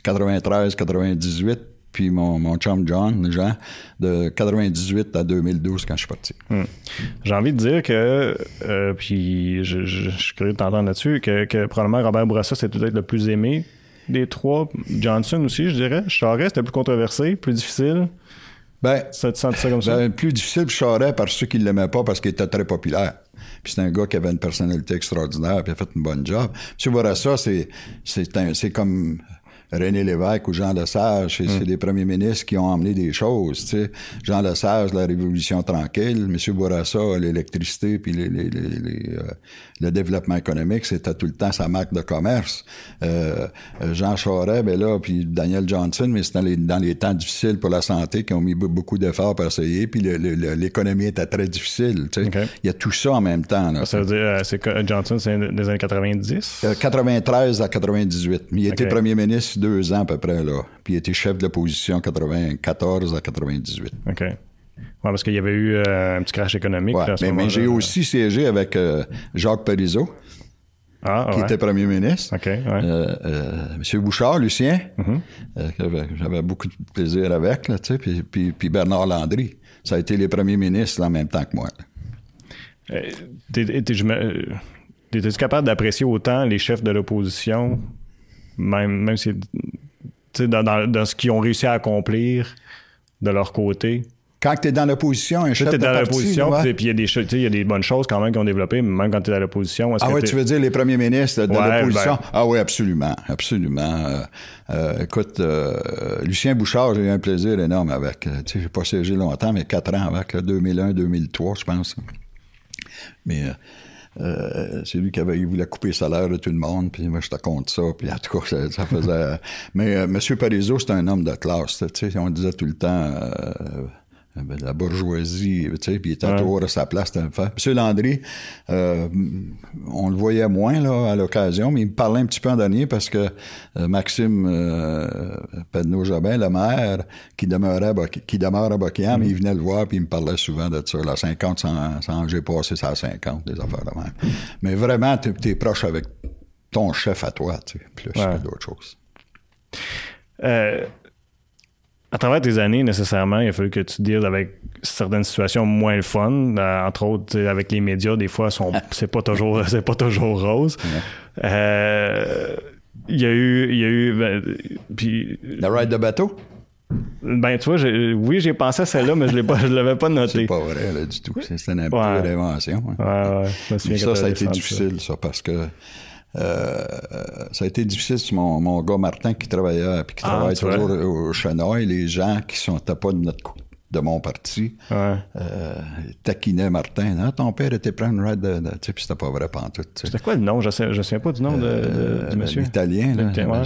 93-98. Puis mon chum Jean, de 98 à 2012, quand je suis parti. J'ai envie de dire que, puis je suis curieux de t'entendre là-dessus, que probablement Robert Bourassa, c'est peut-être le plus aimé des trois. Johnson aussi, je dirais. Charest, c'était plus controversé, plus difficile. Ben, ça te sens ça comme ça? Plus difficile pour Charest par ceux qui ne l'aimaient pas parce qu'il était très populaire. Puis c'est un gars qui avait une personnalité extraordinaire puis il a fait une bonne job. M. Bourassa, c'est comme René Lévesque ou Jean Lesage, c'est des premiers ministres qui ont emmené des choses, tu sais. Jean Lesage, la Révolution tranquille, M. Bourassa, l'électricité puis le développement économique, c'était tout le temps sa marque de commerce. Jean Charest, ben là, puis Daniel Johnson, mais c'était dans les temps difficiles pour la santé qui ont mis beaucoup d'efforts pour essayer, puis l'économie était très difficile, tu sais. Okay. Il y a tout ça en même temps, là. Ça veut dire, Johnson, c'est des années 90? 93 à 98. Il était premier ministre 2 ans à peu près, là. Puis il était chef de l'opposition 94 à 98. OK. Ouais, parce qu'il y avait eu un petit crash économique. Ouais, là, à ce mais j'ai aussi siégé avec Jacques Parizeau, qui était premier ministre. OK, ouais. M. Bouchard, Lucien, j'avais beaucoup de plaisir avec, là, tu sais, puis Bernard Landry. Ça a été les premiers ministres là, en même temps que moi. T'es-tu capable d'apprécier autant les chefs de l'opposition, même si, dans ce qu'ils ont réussi à accomplir de leur côté? Quand tu es dans l'opposition, un chef de parti... Tu es dans l'opposition, puis il y a des bonnes choses quand même qu'ils ont développées, même quand tu es dans l'opposition. Tu veux dire les premiers ministres de l'opposition? Ah oui, absolument, absolument. Écoute, Lucien Bouchard, j'ai eu un plaisir énorme avec. Tu sais, j'ai pas siégé longtemps, mais 4 ans avec, 2001-2003, je pense. Mais... c'est lui qui voulait couper le salaire de tout le monde, puis moi, j'étais contre ça, puis en tout cas, ça faisait... Mais M. Parizeau, c'est un homme de classe, tu sais, on disait tout le temps... la bourgeoisie, tu sais, puis il était toujours à sa place. M. Landry, on le voyait moins là à l'occasion, mais il me parlait un petit peu en dernier parce que Maxime Pedneau-Jobin, le maire, qui demeure à Buckingham, il venait le voir, puis il me parlait souvent de ça, la 50 sans j'ai passé ça à 50, des affaires de même. Mais vraiment, t'es proche avec ton chef à toi, tu sais, plus que d'autres choses. À travers tes années, nécessairement, il a fallu que tu deals avec certaines situations moins le fun. Entre autres, avec les médias, des fois, c'est pas toujours rose. Il y a eu puis la ride de bateau? Ben, tu vois, j'ai pensé à celle-là, mais je l'avais pas noté. C'est pas vrai, là, du tout. C'est une peu d'invention. Ouais. Ça a été difficile, ça, parce que ça a été difficile sur mon gars Martin qui travaillait puis qui travaille toujours au Chenoy. Les gens qui n'étaient pas de mon parti taquinaient Martin. Ah, ton père était prendre une ride de tu sais, puis c'était pas vrai pantoute. C'était quoi le nom? Je sais pas du nom du monsieur. L'italien, là.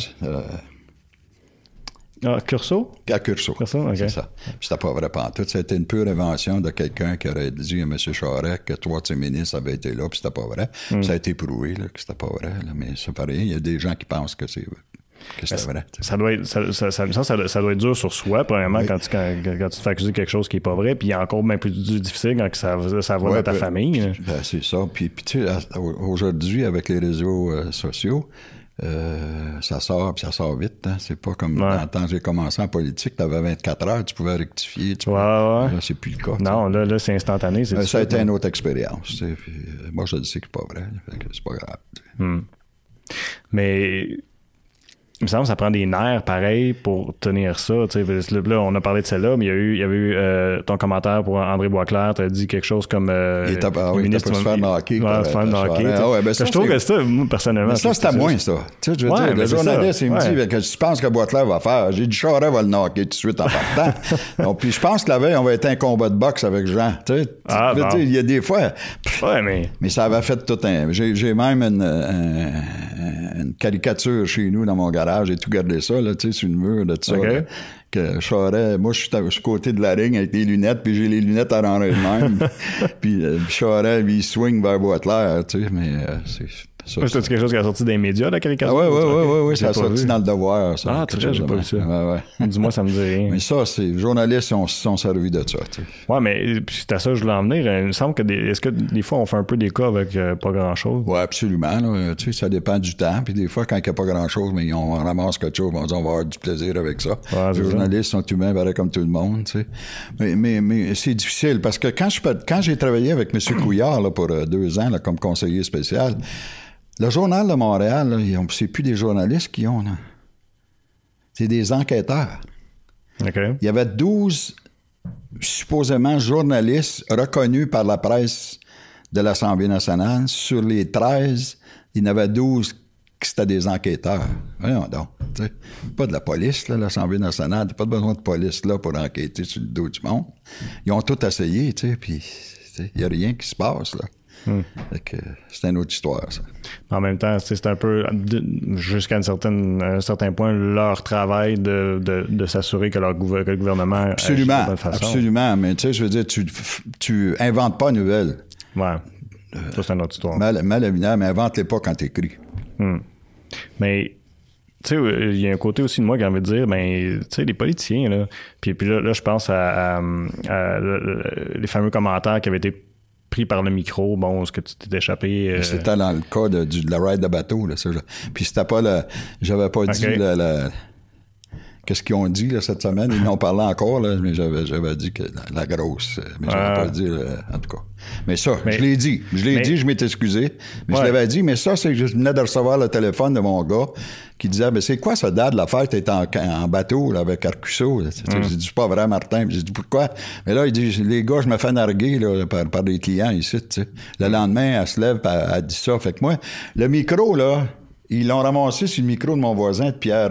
Curso? À Curso. Okay. C'est ça. C'était pas vrai pantoute. Ça a été une pure invention de quelqu'un qui aurait dit à M. Charest que 3 de ses ministres avaient été là, puis c'était pas vrai. Ça a été prouvé là, que c'était pas vrai. Là, mais c'est pas rien. Il y a des gens qui pensent que c'était vrai. Ça doit être dur sur soi, premièrement, quand tu te fais accuser de quelque chose qui est pas vrai, puis il y a encore bien plus difficile quand ça va dans ta famille. Ben, c'est ça. Puis tu sais, aujourd'hui, avec les réseaux sociaux, ça sort vite, hein? C'est pas comme dans le temps que j'ai commencé en politique, t'avais 24 heures, tu pouvais rectifier. Là, c'est plus le cas. Non, là, c'est instantané. Ça a été une autre expérience. Puis, moi, je dis que c'est pas vrai. C'est pas grave. Mais il me semble que ça prend des nerfs pareils pour tenir ça. Là, on a parlé de celle-là, mais il y a eu ton commentaire pour André Boisclair. Tu as dit quelque chose comme. Il était pas se faire knocker. Je trouve que ça, moi, personnellement. Mais ça, c'était moins, ça. Tu sais, je veux dire, le journaliste, il me dit que tu penses que Boisclair va faire. J'ai dit, Charest va le knocker tout de suite en partant. Donc, puis je pense que la veille, on va être un combat de boxe avec Jean. Tu sais, il y a des fois. Mais ça avait fait tout un. J'ai même une caricature chez nous dans mon garage. J'ai tout gardé ça, là, tu sais, sur le mur, de tout ça. Là, que Charest, moi, je suis du côté de la ring avec les lunettes, puis j'ai les lunettes à l'envers de même. Puis Charest, lui, il swing vers Boisclair, tu sais, mais c'est ça. C'est quelque chose qui a sorti des médias, la caricature? Oui, ça a sorti dans le Devoir, ça. Ah, très bien, j'ai pas vu ça. Dis-moi, ça me dit rien. Mais ça, les journalistes sont servis de ça, tu sais. Ouais, mais c'était ça, je voulais en venir. Il me semble que est-ce que des fois, on fait un peu des cas avec pas grand-chose? Oui, absolument. Là. Tu sais, ça dépend du temps. Puis des fois, quand il n'y a pas grand-chose, mais on ramasse quelque chose, on dit on va avoir du plaisir avec ça. Ouais, les journalistes sont humains, pareil comme tout le monde, tu sais. Mais c'est difficile parce que quand j'ai travaillé avec M. Couillard là, pour 2 ans là, comme conseiller spécial, le Journal de Montréal, là, c'est plus des journalistes qui ont, là. C'est des enquêteurs. Okay. Il y avait 12 supposément journalistes reconnus par la presse de l'Assemblée nationale. Sur les 13, il y en avait 12 qui étaient des enquêteurs. Voyons donc. T'sais. Pas de la police, là, l'Assemblée nationale. T'as pas besoin de police là pour enquêter sur le dos du monde. Ils ont tout essayé, puis il n'y a rien qui se passe, là. C'est une autre histoire, ça. En même temps, c'est un peu, jusqu'à un certain point, leur travail de s'assurer que le gouvernement agit de la bonne façon. Absolument. Mais tu sais, je veux dire, tu inventes pas une nouvelle. Ouais. Ça, c'est une autre histoire. Mal mais invente-les pas quand t'écris. Mais... Tu sais, il y a un côté aussi de moi qui a envie de dire, ben, tu sais, les politiciens, là, puis là, je pense à les fameux commentaires qui avaient été pris par le micro, bon, est-ce que tu t'es échappé? C'était dans le cas de la ride de bateau, là, ça. Puis c'était pas j'avais pas dit qu'est-ce qu'ils ont dit là, cette semaine. Ils n'ont parlé encore, là, mais j'avais dit que la grosse. Mais j'avais pas dit, en tout cas. Mais ça, je l'ai dit. Je m'étais excusé. Mais je l'avais dit, mais ça, c'est que je venais de recevoir le téléphone de mon gars qui disait, mais c'est quoi ça date de l'affaire? T'es en bateau là, avec Arcusso. J'ai dit, c'est pas vrai, Martin. J'ai dit, pourquoi? Mais là, il dit, les gars, je me fais narguer là, par des clients ici. T'sais. Le lendemain, elle se lève et elle dit ça. Fait que moi, le micro, là, ils l'ont ramassé sur le micro de mon voisin, de Pierre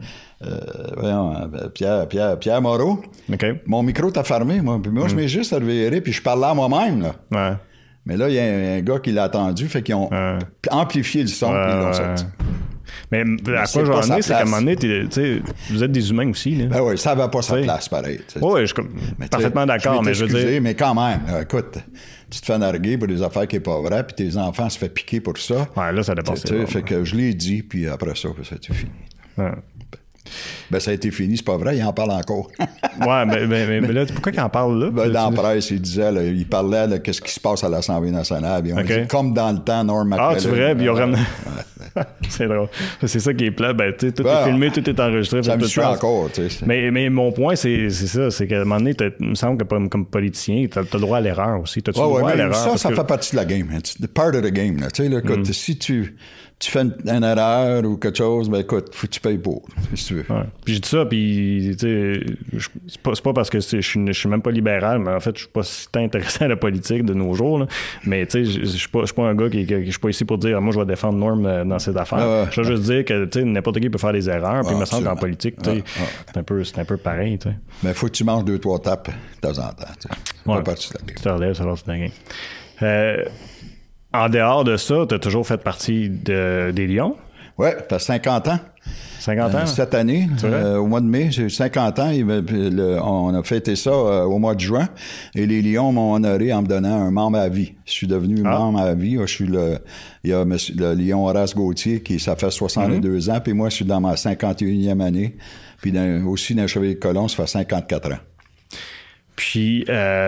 Moreau. Okay. Mon micro t'a fermé, moi. Puis moi, je m'ai juste reviré, puis je parlais à moi-même, là. Ouais. Mais là, il y a un gars qui l'a attendu, fait qu'ils ont amplifié le son, puis ils l'ont sorti. Mais à quoi j'en ai, c'est qu'à un moment donné, vous êtes des humains aussi. Là. Ben oui, ça n'avait pas sa place, pareil. Oui, je suis parfaitement d'accord, mais je veux dire... Mais quand même, écoute, tu te fais narguer pour des affaires qui n'est pas vraies, puis tes enfants se font piquer pour ça. Ouais, là, ça dépasse. Fait que je l'ai dit, puis après ça, ça a été fini. Ouais. Ben, ça a été fini, c'est pas vrai, il en parle encore. Ouais, mais là, pourquoi il en parle là? Ben, dans la presse, il disait, là, il parlait de qu'est-ce qui se passe à l'Assemblée nationale. Puis on dit, comme dans le temps, Norm MacMillan. Ah, c'est vrai, puis il y aura... C'est drôle. C'est ça qui est plat. Ben, tout est filmé, tout est enregistré. Ça me suit encore, tu sais. Mais mon point, c'est ça. C'est qu'à un moment donné, il me semble que comme politicien, t'as le droit à l'erreur aussi. T'as-tu le droit à l'erreur? Ça fait partie de la game. C'est part of the game, là. Tu sais, là, écoute, si tu fais une erreur ou quelque chose, ben écoute, faut que tu payes pour, si tu veux. Ouais. Puis je dis ça, puis tu sais, c'est pas parce que je suis même pas libéral, mais en fait, je suis pas si intéressé à la politique de nos jours, là. Mais tu sais, je suis pas un gars je suis pas ici pour dire, moi, je vais défendre Norm dans cette affaire. Je veux juste dire que, tu sais, n'importe qui peut faire des erreurs, puis il me semble qu'en politique, tu sais, c'est un peu pareil, tu sais. Mais faut que tu manges 2-3 tapes de temps en temps, tu sais. C'est pas partie de la game. Tu te relèves, ça va partie de la game. En dehors de ça, tu as toujours fait partie des Lions? Oui, ça fait 50 ans. 50 ans? Cette année, au mois de mai, j'ai eu 50 ans. On a fêté ça au mois de juin. Et les Lions m'ont honoré en me donnant un membre à vie. Je suis devenu membre à vie. Il y a le Lion Horace Gauthier, ça fait 62 ans. Puis moi, je suis dans ma 51e année. Puis aussi dans le Chevalier de Colomb, ça fait 54 ans. Puis,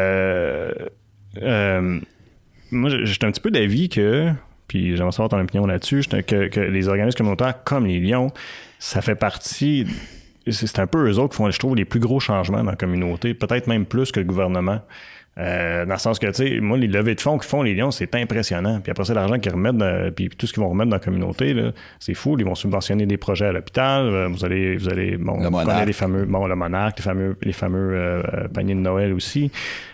moi, j'étais un petit peu d'avis que, puis j'aimerais savoir ton opinion là-dessus, que les organismes communautaires comme les Lions, ça fait partie... C'est un peu eux autres qui font, je trouve, les plus gros changements dans la communauté, peut-être même plus que le gouvernement. Dans le sens que, tu sais, moi, les levées de fonds qu'ils font, les Lions, c'est impressionnant. Puis après ça, l'argent qu'ils remettent, puis tout ce qu'ils vont remettre dans la communauté, là, c'est fou. Ils vont subventionner des projets à l'hôpital. Vous allez bon, on connaît les fameux, bon, le Monarque, les fameux paniers de Noël aussi.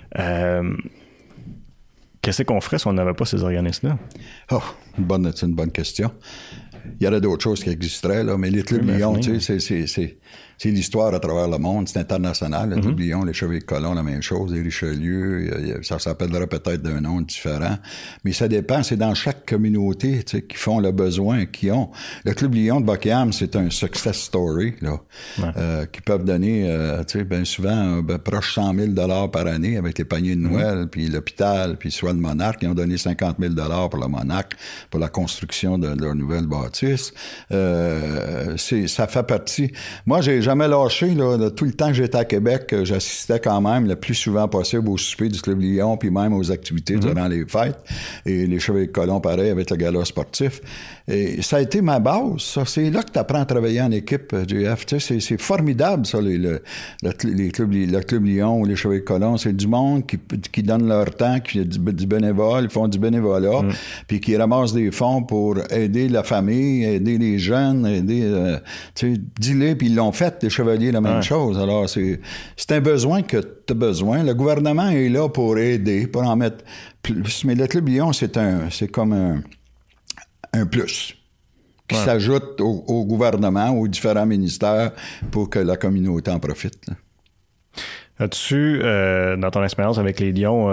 Qu'est-ce qu'on ferait si on n'avait pas ces organismes-là? Oh, c'est une bonne question. Il y aurait d'autres choses qui existeraient, là, mais les Clubs Lions, tu sais, c'est l'histoire à travers le monde, c'est international. Les Clubs Lions, les Chevaliers de Colomb, la même chose, les Richelieu, ça s'appellerait peut-être d'un nom différent, mais ça dépend, c'est dans chaque communauté, tu sais, qui font le besoin, qui ont. Le Club Lion de Buckingham, c'est un success story, là, qui peuvent donner, tu sais, bien souvent, proche 100 000 par année avec les paniers de Noël, puis l'hôpital, puis soit le Monarque, ils ont donné 50 000 pour le Monarque, pour la construction de leur nouvelle bâtisse. Ça fait partie. Moi, j'ai jamais lâché, là, tout le temps que j'étais à Québec, j'assistais quand même le plus souvent possible au souper du Club Lion, puis même aux activités durant les fêtes. Et les Chevaliers de Colomb, pareil, avec le gala sportif. Et ça a été ma base, ça. C'est là que tu apprends à travailler en équipe, JF. Tu sais, c'est formidable, ça, le Club Lion ou les Chevaliers de Colomb. C'est du monde qui donne leur temps, qui fait du bénévole, ils font du bénévolat, puis qui ramassent des fonds pour aider la famille, aider les jeunes, aider, tu sais, dis-les, puis ils l'ont fait, les Chevaliers, la même chose. Alors, c'est un besoin que tu as besoin. Le gouvernement est là pour aider, pour en mettre plus. Mais le Club Lion, c'est comme un plus qui s'ajoute au gouvernement, aux différents ministères pour que la communauté en profite. Là. As-tu, dans ton expérience avec les Lions,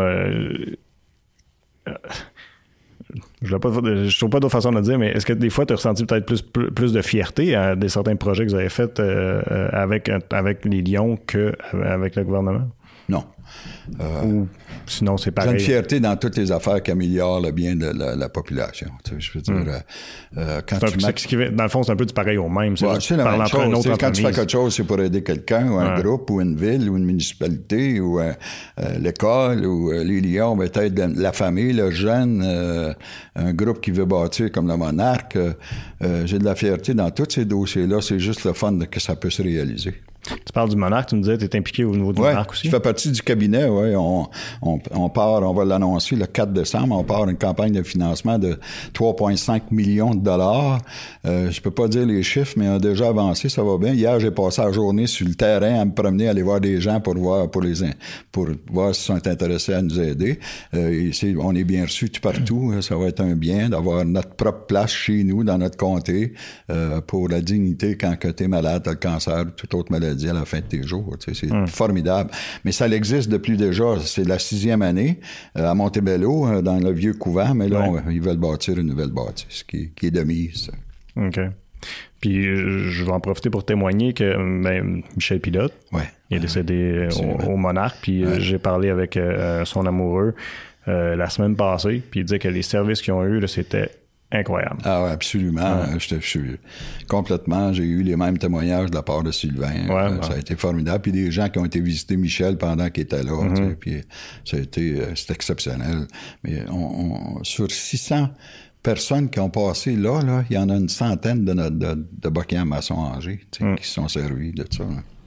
je trouve pas d'autre façon de le dire, mais est-ce que des fois tu as ressenti peut-être plus de fierté à certains projets que vous avez faits avec les Lions qu'avec le gouvernement? Non. Ou sinon, c'est pareil. J'ai une fierté dans toutes les affaires qui améliorent le bien de la population. Tu sais, je veux dire, dans le fond, c'est un peu du pareil au même. C'est la même chose. Quand tu fais quelque chose, c'est pour aider quelqu'un, ou un groupe, ou une ville, ou une municipalité, ou l'école, ou les Lions, peut-être la famille, le jeune, un groupe qui veut bâtir comme le Monarque. J'ai de la fierté dans tous ces dossiers-là. C'est juste le fun que ça peut se réaliser. Tu parles du Monarque, tu me disais que tu es impliqué au niveau du Monarque aussi? Je fais partie du cabinet, oui. On va l'annoncer le 4 décembre, on part une campagne de financement de 3,5 millions de dollars. Je peux pas dire les chiffres, mais on a déjà avancé, ça va bien. Hier, j'ai passé la journée sur le terrain à me promener, aller voir des gens pour voir s'ils sont intéressés à nous aider. On est bien reçus tout partout. Ça va être un bien d'avoir notre propre place chez nous, dans notre comté, pour la dignité quand tu es malade, tu as le cancer ou toute autre maladie à la fin de tes jours. Tu sais, c'est formidable. Mais ça existe depuis déjà, c'est la 6e année à Montebello, dans le vieux couvent, mais là, ils veulent bâtir une nouvelle bâtisse qui est de mise. OK. Puis je vais en profiter pour témoigner que Michel Pilote, il est décédé au Monarque, puis j'ai parlé avec son amoureux la semaine passée, puis il disait que les services qu'ils ont eus, là, c'était incroyable. Ah oui, absolument. Je suis complètement. J'ai eu les mêmes témoignages de la part de Sylvain. Ça a été formidable. Puis des gens qui ont été visiter Michel pendant qu'il était là. Tu sais, puis ça a été c'est exceptionnel. Mais sur 600 personnes qui ont passé là, il y en a une centaine de Buckingham Masson-Angers qui se sont servis de ça.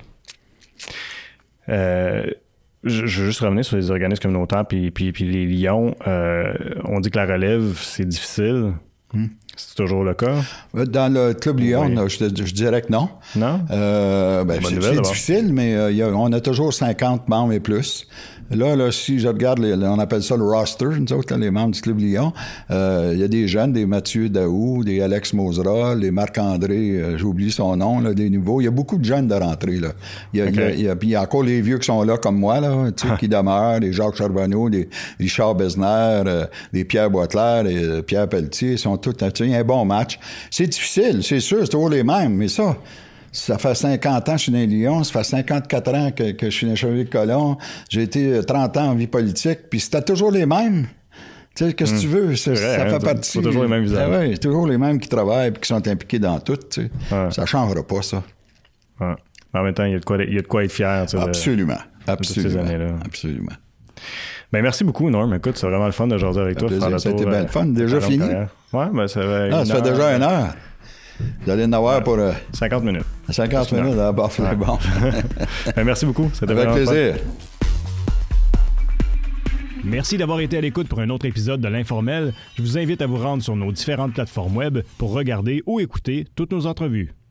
Je veux juste revenir sur les organismes communautaires puis les Lions. On dit que la relève, c'est difficile. C'est toujours le cas? Dans le Club Lion, je dirais que non. Non? C'est difficile, mais on a toujours 50 membres et plus. Là, si je regarde, on appelle ça le roster, nous autres, les membres du Club Lion. Il y a des jeunes, des Mathieu Daou, des Alex Mosera, les Marc-André, j'oublie son nom, là, des nouveaux. Il y a beaucoup de jeunes de rentrée, là. Il y a encore les vieux qui sont là, comme moi, là, qui demeurent, des Jacques Charbonneau, des Richard Besner, des Pierre Boitler, des Pierre Pelletier, ils sont tous, il y a un bon match. C'est difficile, c'est sûr, c'est toujours les mêmes, mais ça fait 50 ans que je suis dans les Lions, ça fait 54 ans que je suis dans les Chevaliers de Colomb, j'ai été 30 ans en vie politique, puis c'était toujours les mêmes. Tu sais, qu'est-ce que tu veux? Ça fait partie. C'est toujours les mêmes visages. Oui, toujours les mêmes qui travaillent et qui sont impliqués dans tout. Tu sais. Ça ne changera pas, ça. En même temps, il y a de quoi être fier. Absolument. De toutes ces années-là. Absolument. Ben, merci beaucoup, Norm. Écoute, c'est vraiment le fun de jaser avec toi. Ça a été bien le fun. Déjà fini? Oui, ben, ça fait déjà 1 heure. Vous allez en avoir pour... 50 minutes. 50 minutes, d'abord, c'est bon. Ben, merci beaucoup. C'était avec plaisir. Merci d'avoir été à l'écoute pour un autre épisode de l'Informel. Je vous invite à vous rendre sur nos différentes plateformes web pour regarder ou écouter toutes nos entrevues.